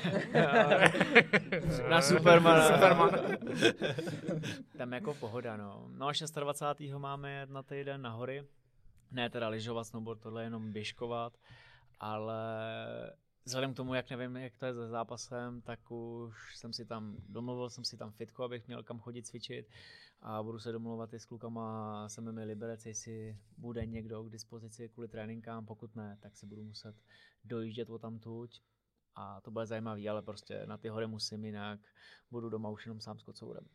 na Superman. Tam jako pohoda, no. No a 26. máme jet na týden na hory. Ne teda lyžovat, snowboard, tohle je jenom běžkovat, ale vzhledem k tomu, jak nevím, jak to je se zápasem, tak už domluvil jsem si tam fitko, abych měl kam chodit cvičit a budu se domluvat i s klukama, jsem mi Liberec, jestli bude někdo k dispozici kvůli tréninkám, pokud ne, tak si budu muset dojíždět odtamtud a to bude zajímavý, ale prostě na ty hory musím, jinak budu doma už jenom sám s kocourem.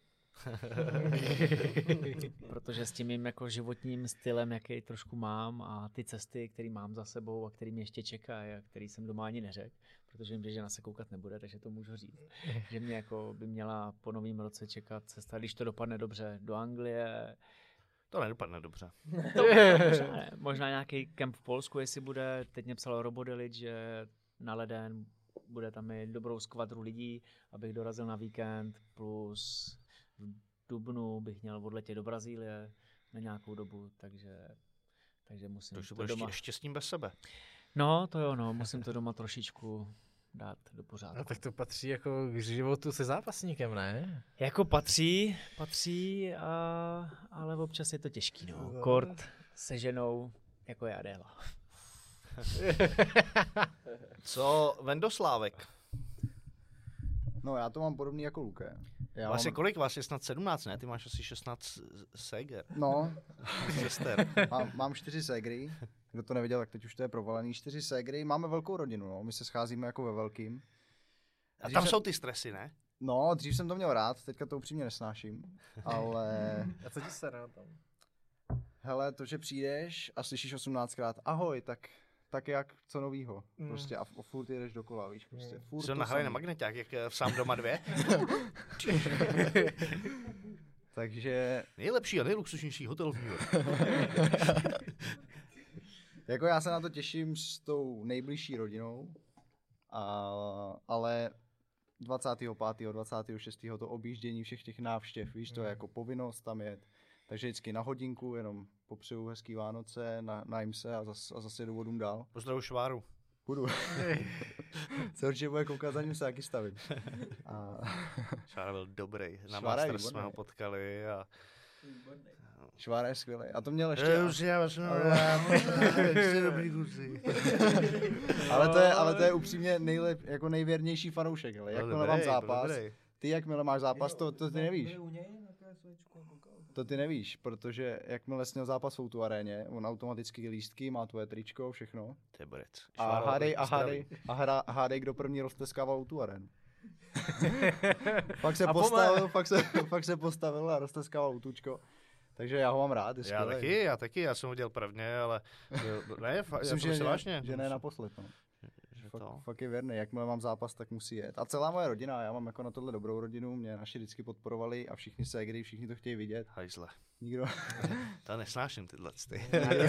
Protože s tím mým jako životním stylem, jaký trošku mám a ty cesty, které mám za sebou a který mě ještě čekají a který jsem doma ani neřekl, protože vím, že žena se koukat nebude, takže to můžu říct. Že mě jako by měla po novém roce čekat cesta, když to dopadne dobře, do Anglie. To nedopadne dobře. Možná nějaký kemp v Polsku, jestli bude. Teď mě psal Robodelit, že na leden bude tam i dobrou skvadru lidí, abych dorazil na víkend, plus v dubnu bych měl odletět do Brazílie na nějakou dobu, takže musím to doma. Ještě s ním bez sebe. No, to jo, no, musím to doma trošičku dát do pořádku. No, tak to patří jako k životu se zápasníkem, ne? Jako patří, ale občas je to těžký, no. Kort se ženou jako já Déla. Co Vendoslávek? No já to mám podobný jako Luke. Vlastně kolik vás je snad 17, ne? Ty máš asi 16 séger. No, Sester. mám 4 ségry. Kdo to neviděl, tak teď už to je provalený. 4 ségry. Máme velkou rodinu, no. My se scházíme jako ve velkým. A tam jsou ty stresy, ne? No, dřív jsem to měl rád, teďka to upřímně nesnáším. Ale... A co ti se rád tam? Hele, to, že přijdeš a slyšíš 18krát ahoj, tak jak, co novýho. Prostě a furt jedeš dokola, víš, prostě. Furt to nahraje na magneťák, jak v Sám doma 2. Takže... Nejlepší a nejluxusnější hotel v New York. Jako já se na to těším s tou nejbližší rodinou, ale 25. 26. to objíždění všech těch návštěv, víš, to je jako povinnost tam jet. Takže vždycky na hodinku, jenom popřeju hezký Vánoce, najím se a zase jdu vodům dál. Pozdravuji Šváru. Budu. Se určitě bude koukat, za ním se taky stavím. Švára byl dobrý. Na Švára je Masters jsme ho potkali a... Švára je skvělý. A to měl ještě... ale to je upřímně jako nejvěrnější fanoušek. Ale jakmile mám zápas, ty jakmile máš zápas, to ty nevíš. To ty nevíš, protože jakmile jsi měl zápas v Outu aréně, on automaticky lístky, má tvoje tričko, všechno. To je borec. A hádej, kdo první rozteskával Outu arénu. Fakt se postavil a rozteskával Outučko. Takže já ho mám rád. Já taky, já jsem ho dělal prvně, ale ne, myslím, že vážně. Že ne naposled, no. Fakt je věrný, jakmile mám zápas, tak musí jet. A celá moje rodina, já mám jako na tohle dobrou rodinu, mě naši vždycky podporovali a všichni ségry, všichni to chtějí vidět. Hajzle. Nikdo... To nesnáším tyhle ty.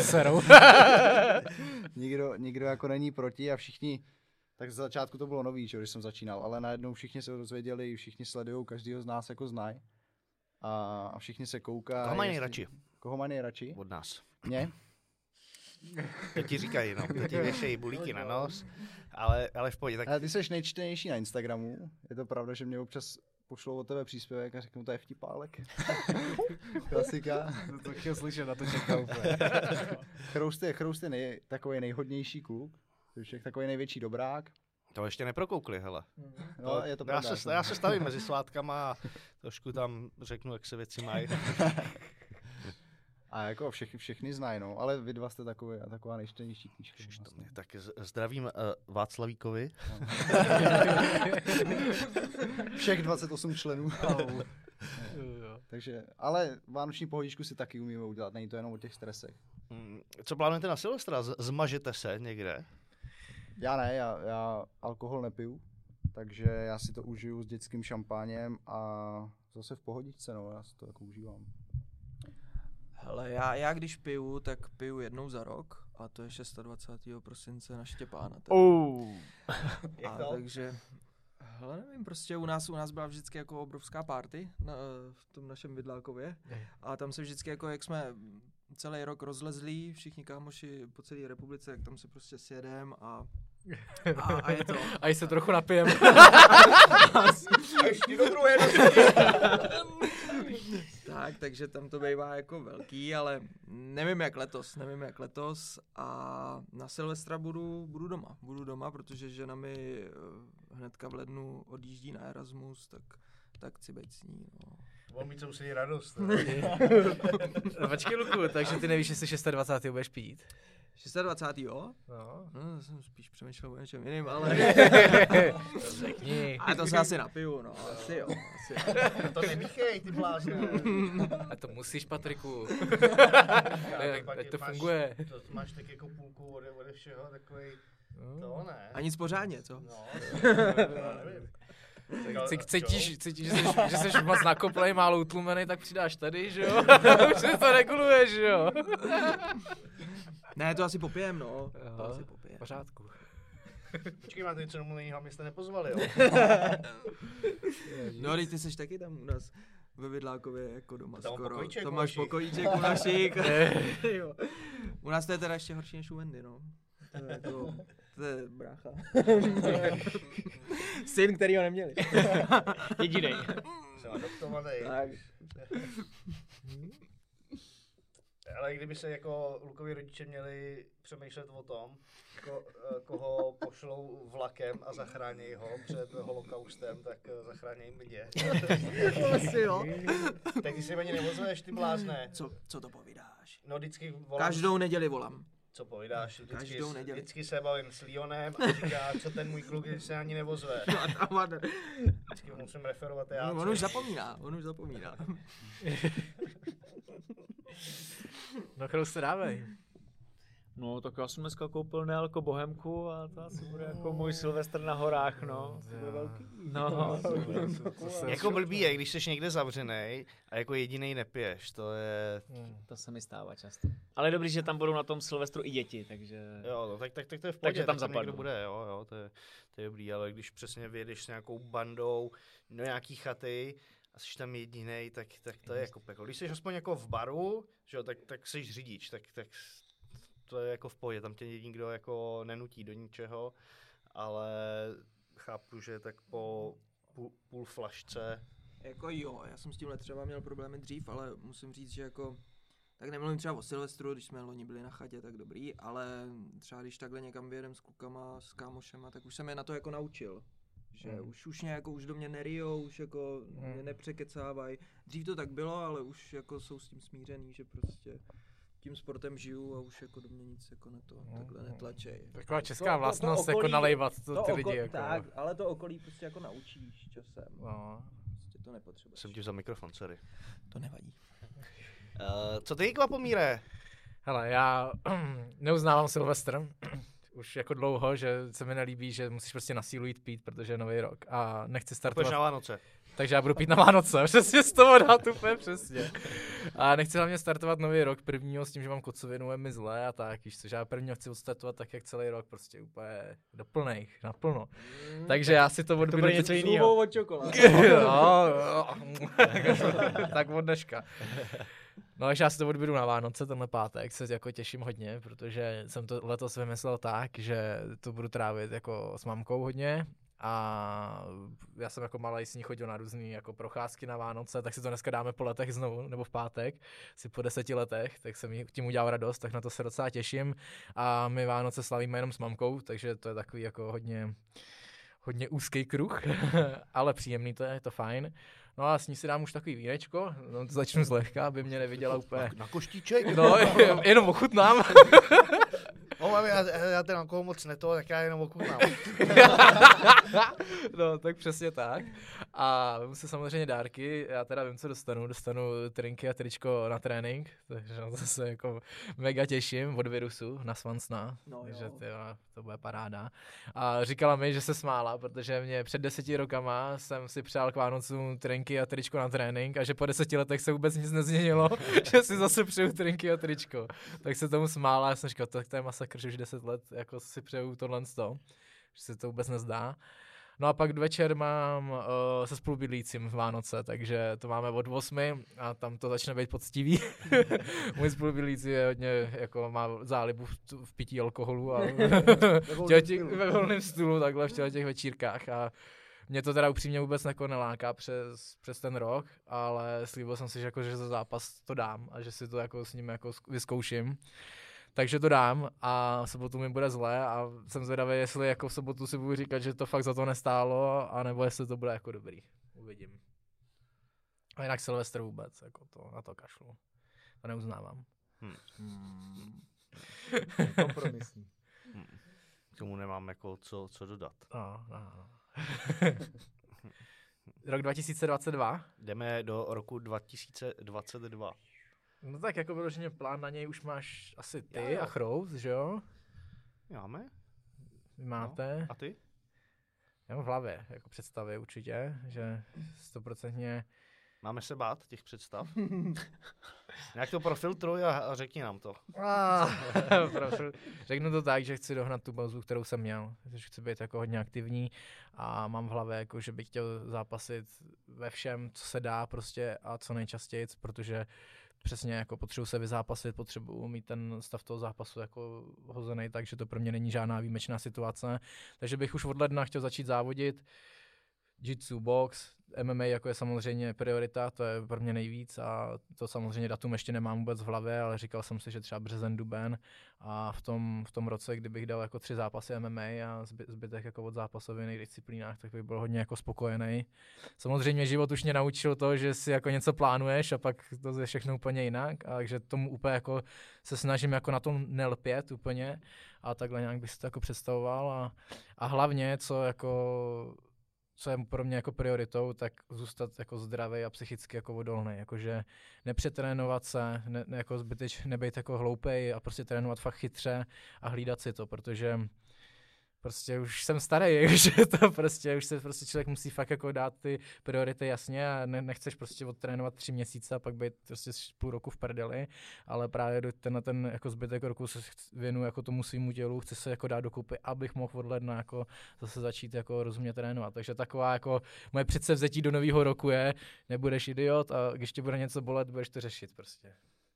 Nikdo jako není proti a všichni... Tak z začátku to bylo nový, když jsem začínal, ale najednou všichni se dozvěděli, všichni sledují, každýho z nás jako znají. A všichni se kouká. Koho mají nejradši? Koho mají nejradši? Od nás. Mě? To ti říkají, no. To ti věšejí bulíky na nos, ale v pohodě. Tak... Ale ty jsi nejčtenější na Instagramu. Je to pravda, že mě občas pošlou od tebe příspěvek a řeknu, to je vtipálek. Klasika. To chtěl slyšet, na to čekal. Chroust je takový nejhodnější kluk. Je takový největší dobrák. To ještě neprokoukli, hele. No, je to pravda. Já se stavím mezi svátkama a trošku tam řeknu, jak se věci mají. A jako všechny znají, no, ale vy dva jste taková nejčtenější knížka. Vlastně. Tak zdravím Václavíkovi. Všech 28 členů. Takže, ale vánoční pohodičku si taky umíme udělat, není to jenom o těch stresech. Co plánujete na Silvestra? Zmažete se někde? Já ne, já alkohol nepiju, takže já si to užiju s dětským šampáněm a zase v pohodičce, no, já si to jako užívám. Hele, já když piju, tak piju jednou za rok a to je 26. prosince na Štěpána. Takže, hele, nevím, prostě u nás byla vždycky jako obrovská party v tom našem Vidlákově a tam se vždycky jako, jak jsme celý rok rozlezlí, všichni kámoši po celé republice, jak tam se prostě sjedem a je to. A i se trochu napijem. A ještě do druhé takže tam to bývá jako velký, ale nevím jak letos a na Silvestra budu doma, protože žena mi hnedka v lednu odjíždí na Erasmus, tak chci být s ní, no. Budou mít sousedí radost. Počkej, Luku, takže ty nevíš, jestli 26. budeš pít? 26. jo? No, jsem spíš přemýšlel o něčem jiným, ale... To řekni. A to se asi napiju, no, asi jo. To nemíchej, ty blázne. A to musíš, Patriku. Ať to funguje. To máš tak jako půlku ode všeho, takovej... To ne. A nic pořádně, co? No, nevím. Cítíš, že jsi moc nakoplej, málo utlumený, tak přidáš tady, že jo? Už se to reguluje, že jo? Ne, to asi popijem, no. V pořádku. Počkej, máte něco domluvenýho, a mě jste nepozvali, jo? No, teď ty jsi taky tam u nás ve Vidlákově jako doma tam skoro. Pokojíček to máš pokojíček u našich. U nás to je teda ještě horší než u Wendy, no. To je brácha. Syn, který ho neměli. Jedinej. Jsem adoptovaný. Tak. Ale kdyby se jako Lukovi rodiče měli přemýšlet o tom, koho pošlou vlakem a zachrání ho před holokaustem, tak zachrání mě. Asi jo. Tak ty si ani nevozuješ, ty blázne. Co to povídáš? No vždycky volám. Každou neděli volám. Co povídáš? Vždycky se bavím s Lionem a říká, co ten můj kluk se ani nevozve. Vždycky musím referovat já. On už zapomíná. No chvíli se dávej. No, tak já jsem dneska koupil nealko bohemku a to asi bude jako můj Silvestr na horách, no. To bude velký. No. Jako blbý je, když jsi někde zavřenej a jako jedinej nepiješ, to je... To se mi stává často. Ale dobrý, že tam budou na tom Silvestru i děti, takže... Jo, no, tak to je v pohodě, takže tam zapadnu. Někdo zapadnu. bude, jo, to je dobrý, ale když přesně vyjedeš s nějakou bandou do nějaký chaty a jsi tam jedinej, tak to je jako peklo. Když jsi aspoň jako v baru, že jo, tak jsi řidič, tak to je jako v pohodě, tam tě nikdo jako nenutí do ničeho, ale chápu, že tak po půl flašce. Jako jo, já jsem s tímhle třeba měl problémy dřív, ale musím říct, že jako, tak nemluvím třeba o Silvestru, když jsme loni byli na chatě, tak dobrý, ale třeba když takhle někam vyjedem s klukama, s kámošema, tak už jsem je na to jako naučil. Že už mě jako už do mě nerijou, už jako mě nepřekecávají. Dřív to tak bylo, ale už jako jsou s tím smířený, že prostě tím sportem žiju a už jako do mě nic jako na to takhle netlačej. Taková česká vlastnost, to okolí, jako nalejvat to ty lidi. Jako. Tak, ale to okolí prostě jako naučíš časem. No. Prostě to nepotřebuješ. Jsem ti za mikrofon, sorry. To nevadí. Co ty, Kvapomíre? Hele, já neuznávám Silvestr. Už jako dlouho, že se mi nelíbí, že musíš prostě na sílu jít pít, protože je nový rok a nechci startovat. Půjdeš na Vánoce. Takže já budu pít na Vánoce, přesně z toho dát úplně přesně. A nechci hlavně startovat nový rok prvního s tím, že mám kocovinu, je mi zlé a tak, víš co, že já prvního chci odstartovat tak, jak celý rok, prostě úplně do plných, naplno. Takže já si to odbudu... To bude něco jiného. od čokoládu. Tak od dneška. No, takže já si to odbudu na Vánoce, tenhle pátek, se jako těším hodně, protože jsem to letos vymyslel tak, že to budu trávit jako s mamkou hodně. A já jsem jako malej s ní chodil na různý jako procházky na Vánoce, tak si to dneska dáme po letech znovu, nebo v pátek, si po 10 letech, tak jsem tím udělal radost, tak na to se docela těším. A my Vánoce slavíme jenom s mamkou, takže to je takový jako hodně úzký kruh, ale příjemný to je to fajn. No a s ní si dám už takový vínečko, no, to začnu zlehka, aby mě neviděla úplně... Na koštíček? No, jenom ochutnám. No, já ten alkohol moc neto, tak já jenom ochutnám. No, tak přesně tak. A vím si samozřejmě dárky, já teda vím, co dostanu trinky a tričko na trénink, takže na to se jako mega těším od Virusu na Svansna, takže to bude paráda. A říkala mi, že se smála, protože mě před 10 rokama jsem si přál k Vánocům trinky a tričko na trénink a že po 10 letech se vůbec nic nezměnilo, že si zase přeju trinky a tričko. Tak se tomu smála, já jsem říkal, tak to je masakr, že už 10 let jako si přeju tohle že se to vůbec nezdá. No a pak večer mám se spolubydlícím Vánoce, takže to máme od 8 a tam to začne být poctivý. Můj spolubydlící je hodně, jako má zálibu v pití alkoholu a ve volném stůlu takhle v těch večírkách a mě to teda upřímně vůbec jako neláká přes ten rok, ale slíbil jsem si, že za zápas to dám a že si to jako s ním jako vyzkouším. Takže to dám a v sobotu mi bude zle a jsem zvědavý, jestli jako v sobotu si budu říkat, že to fakt za to nestálo, anebo jestli to bude jako dobrý. Uvidím. A jinak Silvestr vůbec, jako to, na to kašlu. To neuznávám. Kompromisní. K tomu nemám jako co dodat. No. Rok 2022? Jdeme do roku 2022. No tak jako vyloženě plán na něj už máš asi ty a Chrous, že jo? Máme? Vy máte. No. A ty? Já mám v hlavě, jako představy určitě, že 100%. Máme se bát těch představ? Nějak to profiltruj a řekni nám to. Řeknu to tak, že chci dohnat tu pauzu, kterou jsem měl. Že chci být jako hodně aktivní a mám v hlavě, jako, že bych chtěl zápasit ve všem, co se dá prostě a co nejčastěji, protože přesně jako potřebuji se vyzápasit, potřebuji mít ten stav toho zápasu jako hozený, takže to pro mě není žádná výjimečná situace. Takže bych už od ledna chtěl začít závodit. Jiu-jitsu, box, MMA jako je samozřejmě priorita, to je pro mě nejvíc a to samozřejmě datum ještě nemám vůbec v hlavě, ale říkal jsem si, že třeba březen, duben a v tom roce, kdybych dal jako 3 zápasy MMA a zbytek jako od zápasů v jiných disciplínách, tak bych byl hodně jako spokojený. Samozřejmě život už mě naučil to, že si jako něco plánuješ a pak to je všechno úplně jinak, a takže tomu úplně jako se snažím jako na tom nelpět úplně a takhle nějak bych si to jako představoval a hlavně, co je pro mě jako prioritou, tak zůstat jako zdravý a psychicky jako odolný, jakože nepřetrénovat se, jako nebejt jako hloupej a prostě trénovat fakt chytře a hlídat si to, protože prostě už jsem starý, že to prostě, už se prostě člověk musí fakt jako dát ty priority jasně a nechceš prostě odtrénovat 3 měsíce a pak být prostě půl roku v prdeli, ale právě ten jako zbytek roku se věnuju jako tomu svýmu tělu, chci se jako dát dokupy, abych mohl od ledna jako zase začít jako rozumně trénovat. Takže taková jako moje předsevzetí do nového roku je, nebudeš idiot a když ti bude něco bolet, budeš to řešit prostě.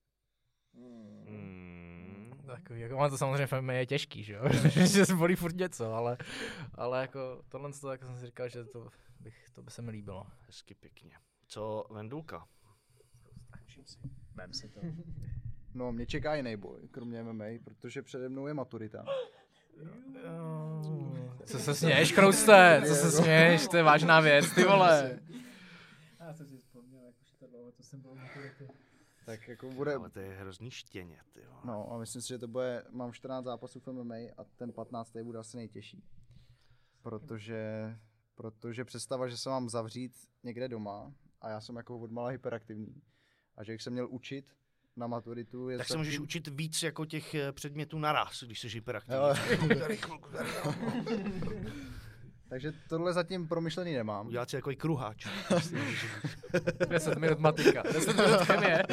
Takový, jako mám to samozřejmě v MMA je těžký, že jo, že se bolí furt něco, ale jako tohle jako jsem si říkal, že to by se mi líbilo. Hezky pěkně. Co Vendulka? Vem si to. No, mě čeká jiný boj, kromě MMA, protože přede mnou je maturita. Co se směješ, Krouste? Co se směješ? To je vážná věc, ty vole. Já jsem si vzpomněl, jak už to bylo, to jsem byl maturity. Tak jako bude... Ale to je hrozný štěně, ty vole. No a myslím si, že to bude, mám 14 zápasů v MMA a ten 15. bude asi nejtěžší. Protože představa, že se mám zavřít někde doma a já jsem jako odmala hyperaktivní a že bych se měl učit na maturitu. Tak se můžeš učit víc jako těch předmětů naraz, když jsi hyperaktivní. Takže tohle zatím promyšlený nemám. Udělat si jako i kruháč. 10 minut matika, 10 minut chemie.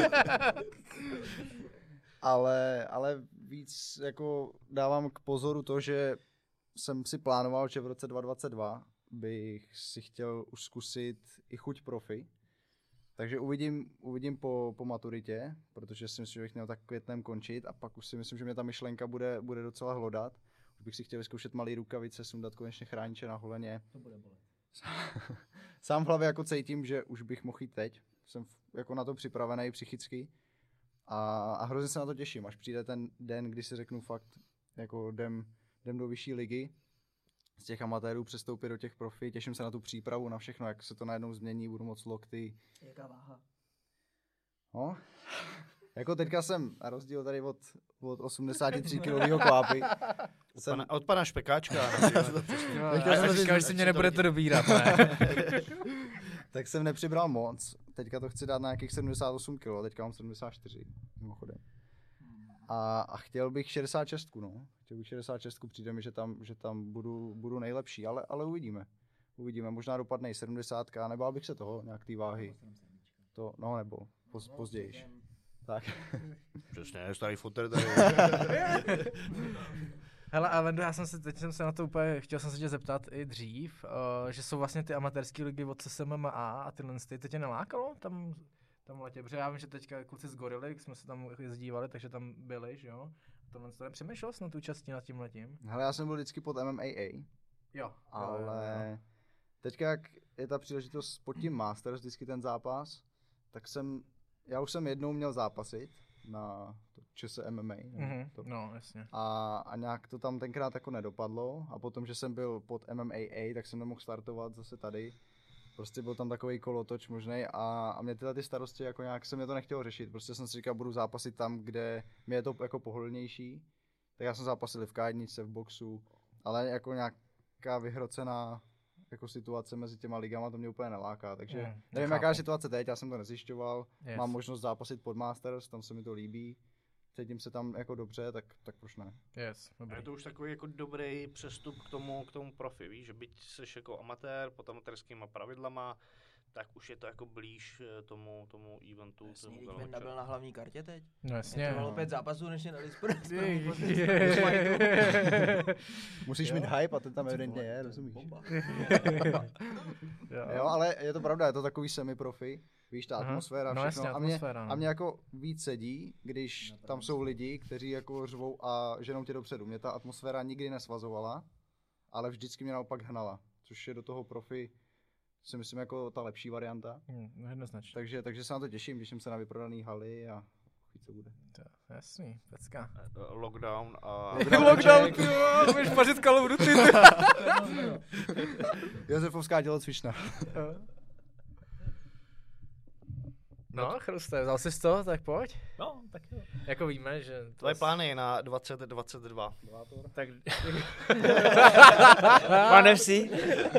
ale víc jako dávám k pozoru to, že jsem si plánoval, že v roce 2022 bych si chtěl už zkusit i chuť profi. Takže uvidím po maturitě, protože si myslím, že bych měl tak květnem končit a pak už si myslím, že mě ta myšlenka bude docela hlodat. Už bych si chtěl vyzkoušet malý rukavice, sundat konečně chrániče na holeně. To bude bolet. Sám v hlavě jako cítím, že už bych mohl jít teď. Jsem jako na to připravený psychicky a hrozně se na to těším, až přijde ten den, kdy si řeknu fakt, jako jdem do vyšší ligy, z těch amatérů přestoupit do těch profi, těším se na tu přípravu, na všechno, jak se to najednou změní, budu moc lokty. Jaká váha? No, jako teďka jsem, na rozdíl tady od 83 kilového kvápy. Od pana Špekáčka. Já jsem říkal, že si mě nebudete dobírat, ne? Tak jsem nepřibral moc. Teďka to chci dát na nějakých 78 kg, teďka mám 74, mimochodem. A chtěl bych 66, no. Chtěl bych 66, přijde mi, že tam budu nejlepší, ale uvidíme. Uvidíme, možná dopadne i 70, nebál bych se toho, nějak té váhy. To, no nebo později. Tak. Přesně, starý foter tady. Hele, a Vendo, teď jsem se na to úplně, chtěl jsem se tě zeptat i dřív, že jsou vlastně ty amatérské ligy od CSMMA a tyhle to tě nelákalo tam v letě, protože já vím, že teďka kluci z Gorily, jsme se tam jezdívali, takže tam byli, že jo? Tohle to nepřemýšlel jsi na tu účastí nad tím letím? Hele, já jsem byl vždycky pod MMA. Jo. Ale teďka, jak je ta příležitost pod tím Masters, vždycky ten zápas, tak já už jsem jednou měl zápasit na to ČS MMA. No, jasně. A nějak to tam tenkrát jako nedopadlo a potom, že jsem byl pod MMA, tak jsem nemohl startovat zase tady. Prostě byl tam takový kolotoč možnej a mě tyhle ty starosti jako nějak se mě to nechtělo řešit. Prostě jsem si říkal, budu zápasit tam, kde mi je to jako pohodlnější. Tak já jsem zápasil v K1, v boxu, ale jako nějaká vyhrocená jako situace mezi těma ligama to mě úplně neláká, takže nevím, jaká je situace teď, já jsem to nezjišťoval, mám možnost zápasit pod Masters, tam se mi to líbí, cítím se tam jako dobře, tak proč ne? Je to už takový jako dobrý přestup k tomu profi, víš, že byť seš jako amatér pod amatérskýma pravidlama, tak už je to jako blíž tomu eventu. Jasně, když Venda byl na hlavní kartě teď. No jasně. Je to 5 zápasů, než je na Lisport. Musíš mít hype a ten tam evidentně je, rozumíš? Jo, ale je to pravda, je to takový semi-profi. Víš, ta atmosféra, no všechno. Jasně, atmosféra, a mě jako víc sedí, když tam jsou lidi, kteří jako řvou a ženou tě dopředu. Mě ta atmosféra nikdy nesvazovala, ale vždycky mě naopak hnala, což je do toho profi si myslím jako ta lepší varianta. Jednoznačně. Takže se na to těším, těším se na vyprodaný haly a co bude. Jasný, pecka. Lockdown a... Lockdown, ty jo, budeš pařit Call of Duty. Josefovská tělocvična. No, Chruste, vzal jsi to, tak pojď. No, tak jo. Jako víme, že... Tvoje plány na 2022. Tak... Pane vsi.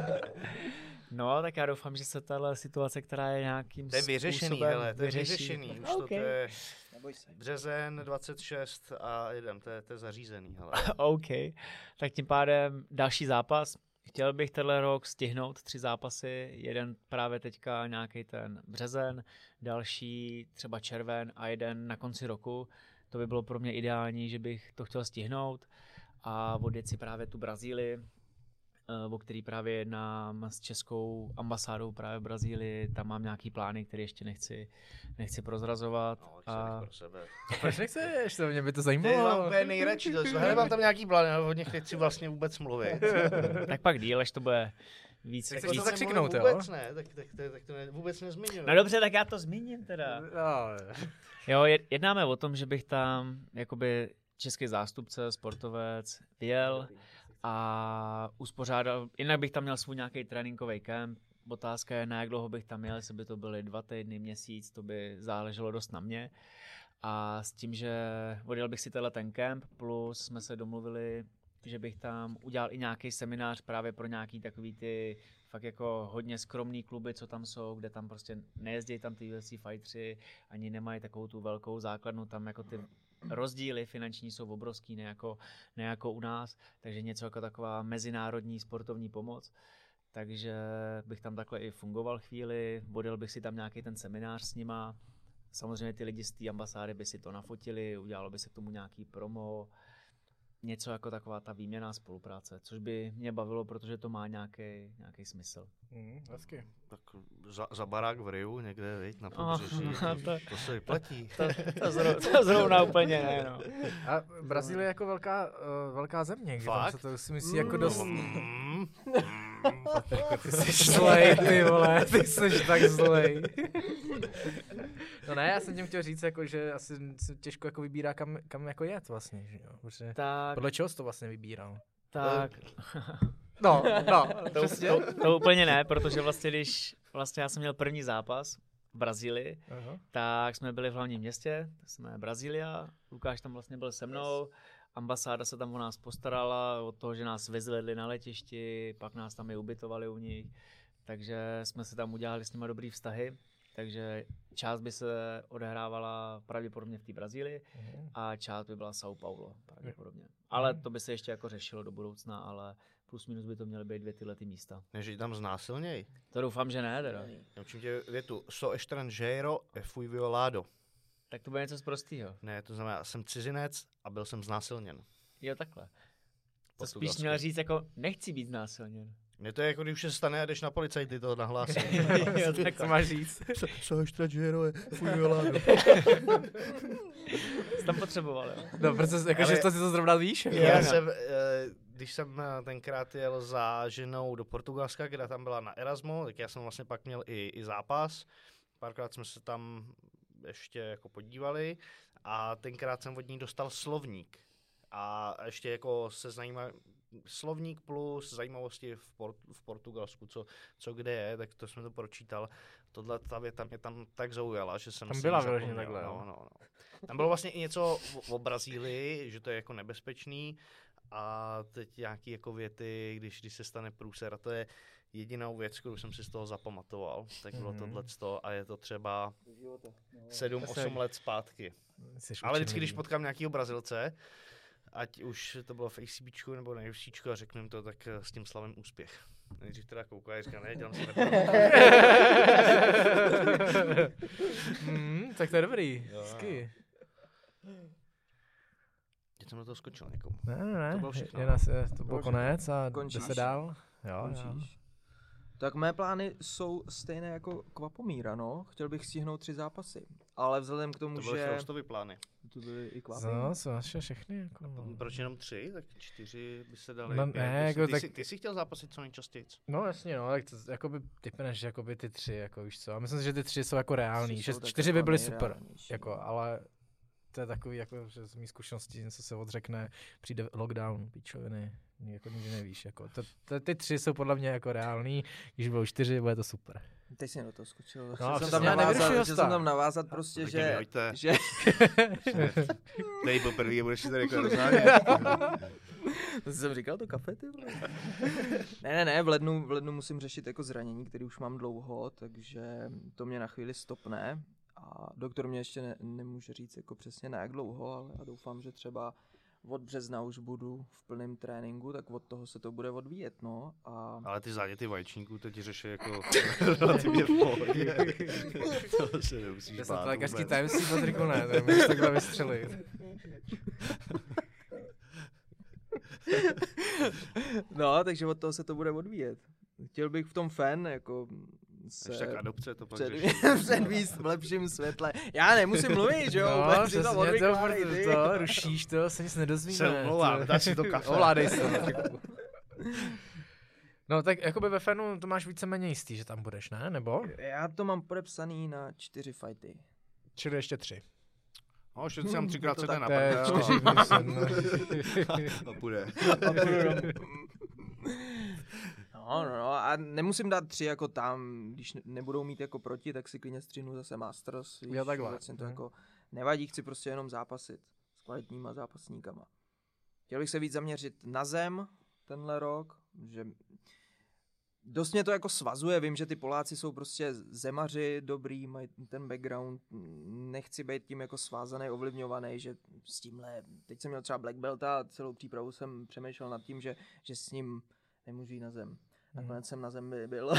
No, tak já doufám, že se tahle situace, která je nějakým způsobem... To je vyřešený, hele, to je vyřešený. Už okay. To je březen 26 a jedem, to je zařízený, hele. OK, tak tím pádem další zápas. Chtěl bych tenhle rok stihnout 3 zápasy, jeden právě teďka nějaký ten březen, další třeba červen a jeden na konci roku. To by bylo pro mě ideální, že bych to chtěl stihnout a odjet si právě tu Brazílii, o který právě jednám s českou ambasádou právě v Brazílii. Tam mám nějaký plány, které ještě nechci prozrazovat. No, a... pro sebe. Proč nechceš? To mě by to zajímalo. Ty mám úplně nejradši. Hele, mám tam nějaký plán, ale o nich nechci vlastně vůbec mluvit. Tak pak díl, až to bude víc. Tak to zakřiknout, jo? Vůbec ne, tak to vůbec nezmiňuji. No dobře, tak já to zmíním teda. Jo, jednáme o tom, že bych tam jakoby český zástupce, sportovec vyjel a uspořádal, jinak bych tam měl svůj nějaký tréninkový kemp. Otázka je, na jak dlouho bych tam měl, jestli by to byly 2 týdny, měsíc, to by záleželo dost na mě. A s tím, že odjel bych si ten kemp, plus jsme se domluvili, že bych tam udělal i nějaký seminář právě pro nějaký takový ty fakt jako hodně skromný kluby, co tam jsou, kde tam prostě nejezdí tam ty UFC fightři, ani nemají takovou tu velkou základnu, tam jako ty rozdíly finanční jsou obrovský, ne jako u nás, takže něco jako taková mezinárodní sportovní pomoc. Takže bych tam takhle i fungoval chvíli, odjel bych si tam nějaký ten seminář s nima. Samozřejmě ty lidi z té ambasády by si to nafotili, udělalo by se k tomu nějaký promo, něco jako taková ta výměnná spolupráce, což by mě bavilo, protože to má nějaký smysl. Hezky. Tak za barák v Riu někde, viď, na pobřeží, to se vyplatí. To zrovna úplně ne, no. A Brazílie je jako velká země, kde tam se to si myslí jako dost... Ty jsi zlej, ty vole, ty jsi tak zlej. No ne, já jsem tím chtěl říct, jako, že asi se těžko jako vybírá, kam jako jet vlastně, že jo? Protože tak, podle čeho jsi to vlastně vybíral? Tak... No, to úplně ne, protože když já jsem měl první zápas v Brazílii, tak jsme byli v hlavním městě, jsme Brazília, Lukáš tam vlastně byl se mnou, ambasáda se tam o nás postarala, od toho, že nás vyzvedli na letišti, pak nás tam i ubytovali u nich, takže jsme se tam udělali s nimi dobrý vztahy, takže část by se odehrávala pravděpodobně v té Brazílii a část by byla São Paulo pravděpodobně. Ale to by se ještě jako řešilo do budoucna, ale plus minus by to měly být 2 tyhle místa. Než tam znásilněj? To doufám, že ne teda. Naučím tě větu, sou estrangeiro e fui violado. Tak to bude něco z prostýho. Ne, to znamená, jsem cizinec a byl jsem znásilněn. Jo, takhle. To spíš měl říct jako, nechci být znásilněn. Mně to je jako, když se stane a jdeš na policajty, to nahlásí. Jo, tak co máš říct? Sou estrangeiro e fui violado. Jsi tam potřeboval, jo? No, protože jakože to si to zrovna víš. Já jsem, když jsem tenkrát jel za ženou do Portugalska, kde tam byla na Erasmu, tak já jsem vlastně pak měl i zápas. Párkrát jsme se tam ještě jako podívali a tenkrát jsem od ní dostal slovník. A ještě jako se slovník plus zajímavosti v Portugalsku, co kde je, tak to jsem to pročítal. Tohle ta věta mě tam tak zaujala, že jsem tam byla vyloženě takhle. No. Tam bylo vlastně i něco o Brazílii, že to je jako nebezpečný a teď nějaký jako věty, když se stane průser a to je jedinou věc, kterou jsem si z toho zapamatoval, tak bylo tohleto a je to třeba 7-8 let zpátky. Ale vždycky, když potkám nějakýho Brazilce, ať už to bylo v ACBčku nebo na UFCčku a řeknu jim to, tak s tím slavím úspěch. Nejdřív teda koukal, říká, ne, dělám se nebudu. Tak to je dobrý, hezky. Teď jsem do toho skočil někomu. Ne, To bylo všechno. To bylo konec a jde Končíš? se dál. Jo. Tak mé plány jsou stejné jako Kvapomíra, no. Chtěl bych stihnout 3 zápasy. Ale vzhledem k tomu, To byly že... Faustovy plány. To byly i Kvapy. No, jsou naše všechny. Jako, no. Proč jenom 3? Tak 4 by se dali. No, ne, jako Ty jsi chtěl zápasit co nejčastěji? No jasně, no, tak to, jakoby typneš jakoby ty 3, jako víš co. A myslím si, že ty 3 jsou jako reální, že 4 by byly super, jako, ale to je takový, jako, že z mý zkušeností něco se odřekne, přijde lockdown, píčoviny, jako nikdy nevíš, jako. Ty 3 jsou podle mě jako reální, když budou 4, bude to super. Teď jsem do toho skočil. No, Chtěl jsem tam navázat prostě, že... Dej poprvé a budeš si tady jako rozhánět. To jsem říkal, to kafe, ty vole. Ne, v lednu musím řešit jako zranění, který už mám dlouho, takže to mě na chvíli stopne. A doktor mě ještě nemůže říct jako přesně na jak dlouho, ale já doufám, že třeba od března už budu v plném tréninku, tak od toho se to bude odvíjet, no. Ale ty záněty vaječníků teď řeší jako relativně v pohodě. To se nemusíš bát. To je lékařský tajemství, Patriku, ne, to můžeš takhle vystřelit. No, takže od toho se to bude odvíjet. Chtěl bych v tom jako se tak adopce to pak předvíst v lepším světle. Já nemusím mluvit, že jo? No, přesně to rušíš, to se nic nedozvíme. Se omlouvám, dáš si to kafe. Ovládej se. No tak jakoby ve Fenu to máš víceméně jistý, že tam budeš, ne? Nebo? Já to mám podepsaný na 4 fighty. Čili ještě 3. No, ještě si mám 3x to CD na To je prdel. 4 A půjde. No, a nemusím dát 3 jako tam, když nebudou mít jako proti, tak si klidně střihnu zase Masters. Jo, takhle. Vlastně to jako nevadí, chci prostě jenom zápasit s kvalitníma zápasníkama. Chtěl bych se víc zaměřit na zem tenhle rok, že dost mě to jako svazuje, vím, že ty Poláci jsou prostě zemaři dobrý, mají ten background, nechci být tím jako svázaný, ovlivňovaný, že s tímhle, teď jsem měl třeba Black Belta a celou přípravu jsem přemýšlel nad tím, že s ním nemůžu jít na zem. Nakonec jsem na zemi byl.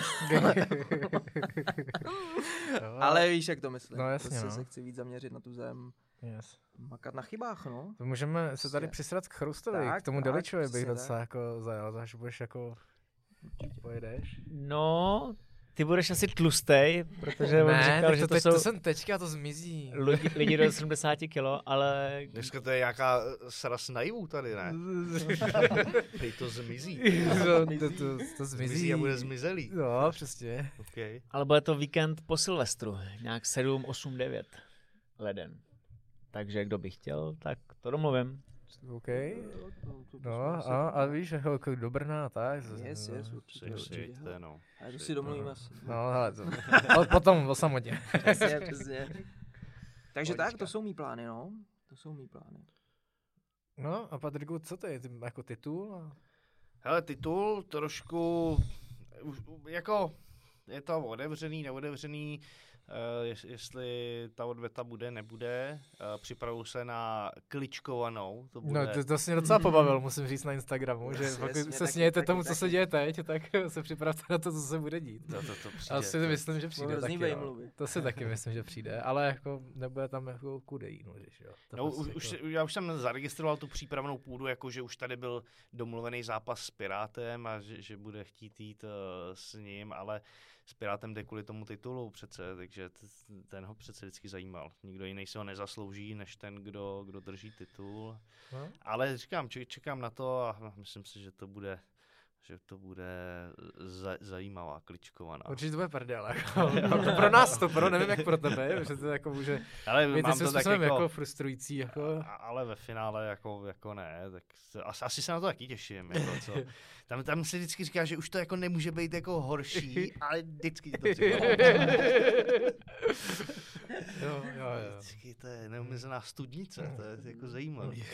Ale víš, jak to myslím. No jasně, prostě no. se chci víc zaměřit na tu zem. Yes. Makat na chybách, no. To můžeme se tady přisrat k Chroustovi, Tak, k tomu tak, Deličovi bych přesně docela jako zajel, až budeš jako pojedeš. No, ty budeš asi tlustej, protože on říkal, že to jsou to jsem teďka, to zmizí. lidi do 70 kilo, ale... Dneska to je nějaká sraz naivů tady, ne? Teď to zmizí. To Zmizí a bude zmizelý. No, přesně. Okay. Ale bude to víkend po Silvestru, nějak 7, 8, 9 leden. Takže kdo by chtěl, tak to domluvím. OK. No a víš, jako do Brna a tak. Yes, určitě. No. A to si domluvíme asi. No, hele, potom o samotě. Přesně. Takže tak, to jsou mý plány, no. To jsou mý plány. No a Patriku, co to je? Ty jako titul? Hele, titul trošku, jako je to otevřený, neotevřený, jestli ta odveta bude, nebude. Připravuju se na kličkovanou. To bude... No, to se mě docela pobavil, musím říct na Instagramu, že pokud se smějete tomu, co se děje teď, tak se připravte na to, co se bude dít. To přijde. Asi myslím, že přijde taky, no. To si taky myslím, že přijde, ale jako nebude tam jako kudy jít, jo. No, já už jsem zaregistroval tu přípravnou půdu, jako že už tady byl domluvený zápas s Pirátem a že bude chtít jít s ním, ale s Pirátem jde kvůli tomu titulu přece, takže ten ho přece vždycky zajímal. Nikdo jiný se ho nezaslouží, než ten, kdo drží titul. No. Ale říkám, čekám na to a myslím si, že to bude zajímavá, kličkovaná. Určitě to bude prdel, jako. To pro nás to, nevím jak pro tebe, že to jako může být způsobem jako frustrující. Jako. Ale ve finále jako ne, tak asi se na to taky těším. Jako, co. Tam se vždycky říká, že už to jako nemůže být jako horší, ale vždycky to jo. Vždycky to je neomezená studnice, to je jako zajímavé.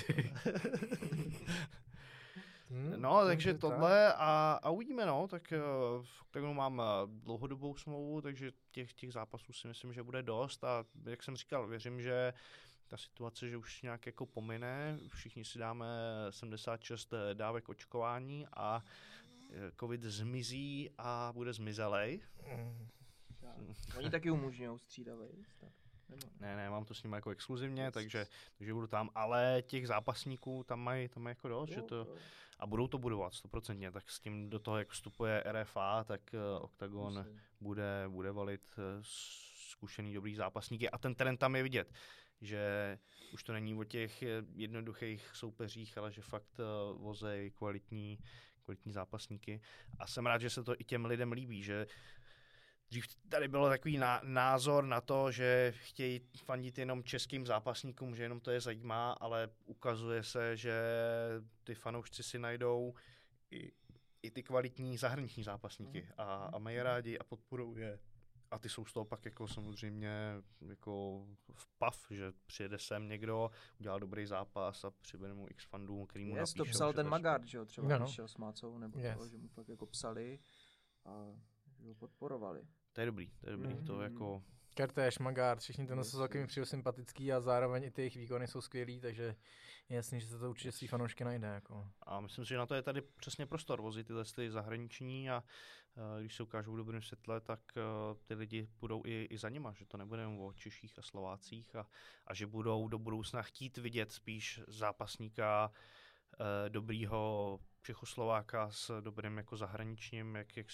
No, takže tohle a uvidíme, no, tak mám dlouhodobou smlouvu, takže těch zápasů si myslím, že bude dost a jak jsem říkal, věřím, že ta situace, že už nějak jako pomine, všichni si dáme 76 dávek očkování a covid zmizí a bude zmizelej. Oni taky umožňují střídavej. Ne, mám to s nimi jako exkluzivně, takže budu tam, ale těch zápasníků tam mají jako dost, že to, a budou to budovat 100%, tak s tím do toho, jak vstupuje RFA, tak Octagon bude valit zkušený dobrý zápasníky a ten trend tam je vidět, že už to není o těch jednoduchých soupeřích, ale že fakt vozej kvalitní zápasníky a jsem rád, že se to i těm lidem líbí, že dřív tady bylo takový názor na to, že chtějí fandit jenom českým zápasníkům, že jenom to je zajímá, ale ukazuje se, že ty fanoušci si najdou i ty kvalitní zahraniční zápasníky a mají rádi a podporují je. A ty jsou z toho pak jako samozřejmě jako vpav, že přijede sem někdo, udělal dobrý zápas a přivede mu x fandů, který mu napíšou. To psal ten Magard, že jo, třeba šel s Mácou, nebo to, že mu pak jako psali a že ho podporovali. To je dobrý, to jako... Kertéš, Magard, všichni ten jsou takovými přijde sympatický a zároveň i ty jejich výkony jsou skvělý, takže je jasný, že se to určitě svý fanoušky najde. Jako. A myslím si, že na to je tady přesně prostor vozit tyhle zahraniční a když se ukážou v dobrém světle, tak ty lidi budou i za nima, že to nebude jen o Češích a Slovácích a že budou do budoucna chtít vidět spíš zápasníka dobrýho Čechoslováka s dobrým jako zahraničním, jak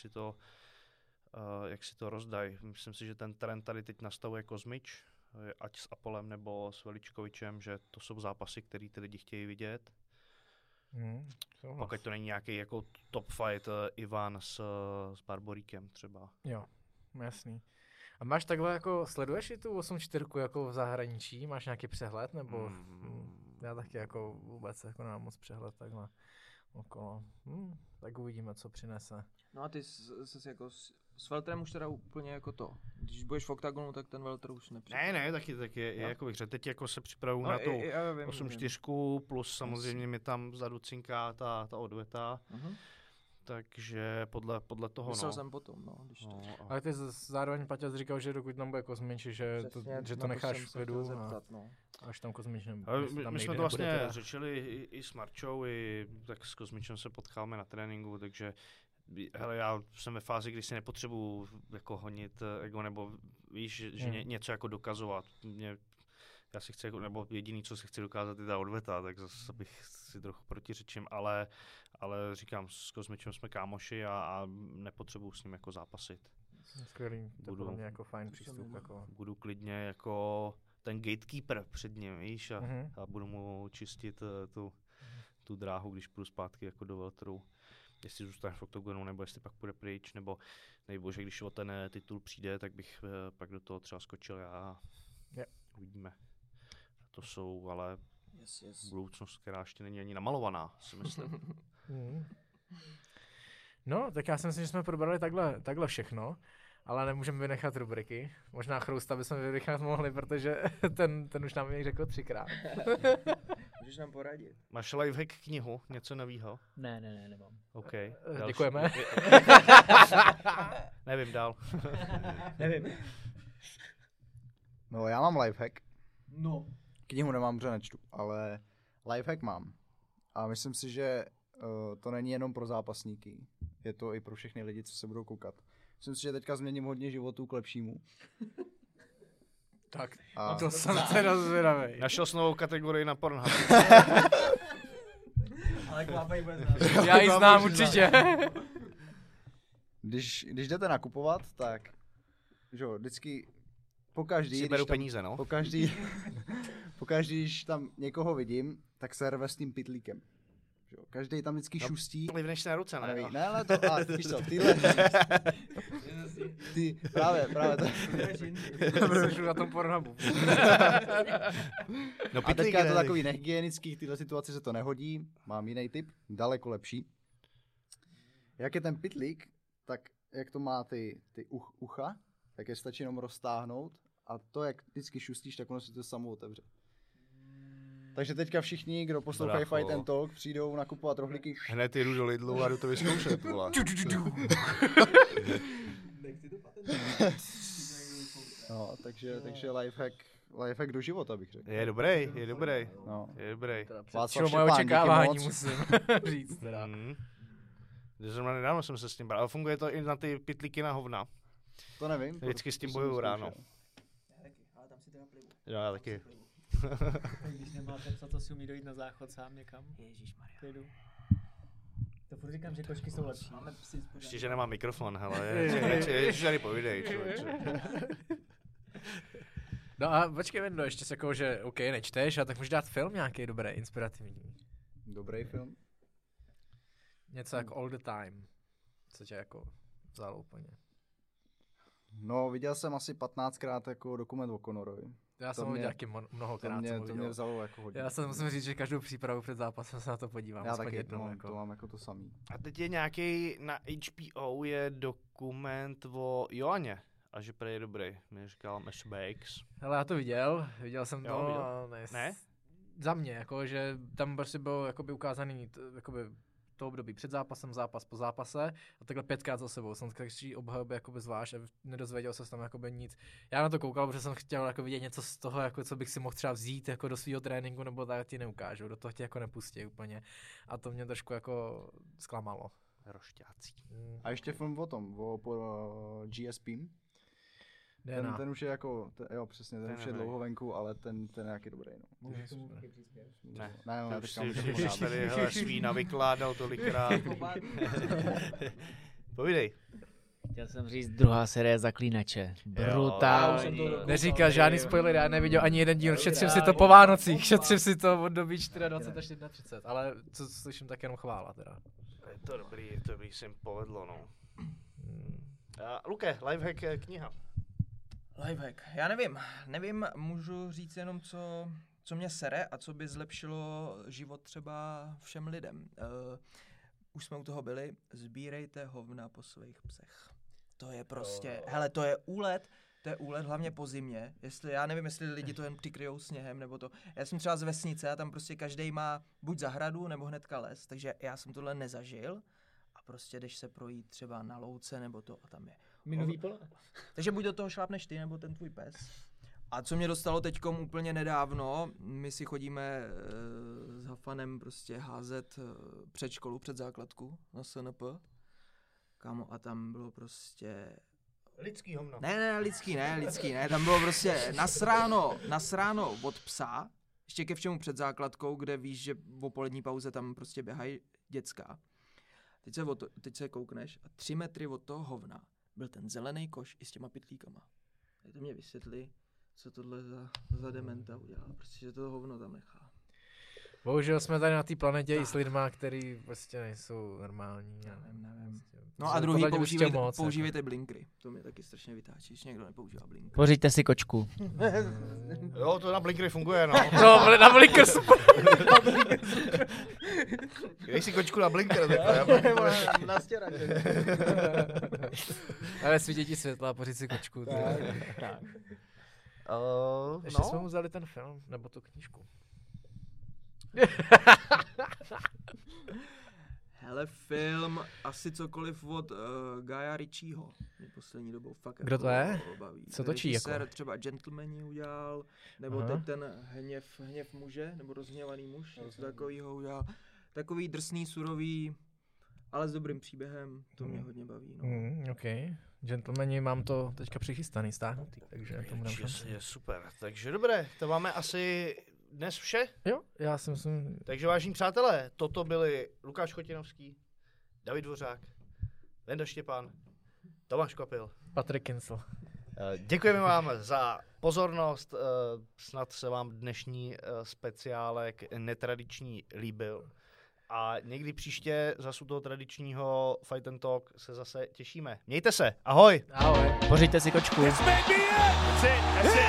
si to rozdají. Myslím si, že ten trend tady teď nastavuje Kozmič, ať s Apolem nebo s Veličkovičem, že to jsou zápasy, které ty lidi chtějí vidět. Pokud to není nějaký jako top fight Ivan s Barboríkem třeba. Jo, jasný. A máš takhle jako, sleduješ i tu 8-4 jako v zahraničí? Máš nějaký přehled? Nebo já taky jako vůbec jako nemám moc přehled takhle okolo. Tak uvidíme, co přinese. No a ty jsi jako s Welterem už teda úplně jako to. Když budeš v Octagonu, tak ten Welter už nepřijde. Ne, taky je jako bych řekl. Teď jako se připravuju na tu 8-4 plus samozřejmě mi tam vzadu cinká ta odveta. Takže podle toho, myslel jsem potom, no. Ale ty zároveň Paťa říkal, že dokud tam bude Kozmič, že to necháš v klidu až tam Kozmič nebude. My jsme to vlastně řečili i s Marčou, tak s Kozmičem se potkáme na tréninku, takže hele, já jsem ve fázi, kdy si nepotřebuju jako honit ego, nebo víš, že něco jako dokazovat. Já si chci, nebo jediný, co si chci dokázat, je ta odveta, tak zase bych si trochu protiřečím, ale říkám, s Kozmičem jsme kámoši a nepotřebuju s ním jako zápasit. Skvělý, to je pro mě jako fajn přístup. Jako. Budu klidně jako ten gatekeeper před ním, víš, a budu mu čistit tu dráhu, když půjdu zpátky jako do Welteru. Jestli zůstane v Octagonu, nebo jestli pak půjde pryč, nebo nejbože, když o ten titul přijde, tak bych pak do toho třeba skočil já. Uvidíme. To jsou ale budoucnost, která ještě není ani namalovaná, si myslím. No, tak já si myslím, že jsme probrali takhle všechno, ale nemůžeme vynechat rubriky. Možná Chrousta bychom vynechat mohli, protože ten už nám je řekl 3krát. Můžeš nám poradit. Máš lifehack knihu? Něco novýho? Ne, nemám. OK. Děkujeme. Nevím dál. Nevím. No, já mám lifehack. No. Knihu nemám, protože nečtu, ale lifehack mám. A myslím si, že to není jenom pro zápasníky. Je to i pro všechny lidi, co se budou koukat. Myslím si, že teďka změním hodně životů k lepšímu. Tak, to jsem se rozvědavej. Našel jsi novou kategorii na Pornhub. Ale Klápej bude znát. Já ji znám určitě. Když jdete nakupovat, tak že vždycky pokaždý, si beru peníze, no. Pokaždý, když tam někoho vidím, tak se rve s tím pytlíkem. Každý tam vždycky šustí. Livneš na ruce, ne? Ne, ale to, víš co, tyhle. Právě to. Jsi na tom Pornhubu. No, a teďka je to takový nehygienický, v této situaci se to nehodí. Mám jiný tip, daleko lepší. Jak je ten pytlík, tak jak to má ty ucha, tak je stačí jenom roztáhnout a to, jak vždycky šustíš, tak ono si to samo otevře. Takže teďka všichni, kdo poslouchají Fight and Talk, přijdou nakupovat rohlíky. Hned jdu do Lidlu a jdu to vyzkoušet, vole. No, takže lifehack do života, bych řekl. Je dobrý. No. Je dobrý. Přečilo moje očekávání, musím říct teda. Zrovna nedávno jsem se s tím bral, ale funguje to i na ty pytlíky na hovna. To nevím. Vždycky s tím bojuju ráno. Já taky, ale tam si teda plivu. Jo, já taky. Když nemáte psa, to si umí dojít na záchod sám někam. Ježišmarja. Klidu. To furt říkám, že kočky jsou lepší. Máme psy Ještě, že nemá mikrofon, hele. Ježiš, tady povídej, člověče. No a počkej, Vendo, ještě jako, že OK, nečteš, a tak můžeš dát film nějaký dobrý, inspirativní. Dobrý film. Něco jako All the Time. Co tě jako vzalo úplně. No, viděl jsem asi 15krát jako dokument o Conorovi. Já jsem ho viděl taky mnohokrát. To mě vzalo jako hodně. Já se musím říct, že každou přípravu před zápasem se na to podívám. Já taky, to mám jako to samý. A teď je nějaký na HBO je dokument o Joaně. A že prý je dobrý. Mě říkal Mesh Bakes. Hele, já to viděl jsem to. Jo, A ne? Za mě, jako, že tam prostě bylo jakoby ukázaný jakoby to období před zápasem, zápas po zápase a takhle 5krát za sebou. Jsem každý obhajoby jakoby zvlášť a nedozvěděl se tam jakoby nic. Já na to koukal, protože jsem chtěl jako vidět něco z toho, jako co bych si mohl třeba vzít jako do svého tréninku, nebo tak ti neukážu, do toho tě jako nepustí úplně. A to mě trošku jako zklamalo. Rošťácí. A ještě film o tom, o GSP. Ten už je jako, jo přesně, ten už je dlouho venku, ale ten je nějaký dobrý, no. Ne, já teďka můžu tady svína vykládal tolikrát. Povídej. Chtěl jsem říct druhá série Zaklínače. Brutální. Neříkal žádný spoiler, já neviděl ani jeden díl, šetřím si to po Vánocích, šetřím si to od doby 24 až 31, ale co slyším, tak jenom chvála teda. Je to dobrý, se jim povedlo, no. Luke, lifehack kniha. Lifehack. Já nevím, můžu říct jenom, co mě sere a co by zlepšilo život třeba všem lidem. Už jsme u toho byli, sbírejte hovna po svých psech. To je prostě, hele, to je úlet hlavně po zimě. Já nevím, jestli lidi to jen přikryjou sněhem, nebo to. Já jsem třeba z vesnice a tam prostě každej má buď zahradu, nebo hnedka les, takže já jsem tohle nezažil a prostě jdeš se projít třeba na louce, nebo to a tam je. Minový pole. Takže buď do toho šlápneš ty, nebo ten tvůj pes. A co mě dostalo teďkom úplně nedávno, my si chodíme s Hafanem prostě házet před školu, před základku na SNP. Kámo, a tam bylo prostě... Lidský hovno. Ne, lidský ne, tam bylo prostě nasráno od psa, ještě ke všemu před základkou, kde víš, že v polední pauze tam prostě běhají děcka. Teď se koukneš a 3 metry od toho hovna byl ten zelený koš i s těma pytlíkama. Tak to mě vysvětli, co tohle za dementa udělá, prostě že to hovno tam nechá. Bohužel jsme tady na té planetě i s lidma, který prostě nejsou normální. Nevím. No a druhý, používejte blinkry. To mě taky strašně vytáčí, když někdo nepoužívá blinkry. Pořiďte si kočku. Jo, to na blinkry funguje, no. No, na blinker super. Dej si kočku na blinker, na stěrače. Ale svítí ti světla, pořiď si kočku. Tak. Ještě jsme mu vzali ten film, nebo tu knížku. Hele, film asi cokoliv od Guya Ritchieho. Poslední dobou fakt. Kdo to je? Baví. Co točí jako? Třeba Gentlemani udělal, nebo teď ten hněv muže, nebo rozhněvaný muž, něco takovýho udělal. Takový drsný, surový, ale s dobrým příběhem, to mě hodně baví. No. OK. Gentlemani, mám to teďka přichystaný, stáhnutý, takže tomu dám šanci. Je super, takže dobré, to máme asi dnes vše. Jo, já si myslím. Takže vážení přátelé, toto byli Lukáš Chotinovský, David Dvořák, Venda Štěpán, Tomáš Kvapil, Patrik Kincel. Děkujeme vám za pozornost, snad se vám dnešní speciálek netradiční líbil. A někdy příště zase u toho tradičního Fight and Talk se zase těšíme. Mějte se, ahoj! Ahoj. Pořiďte si kočku. That's it.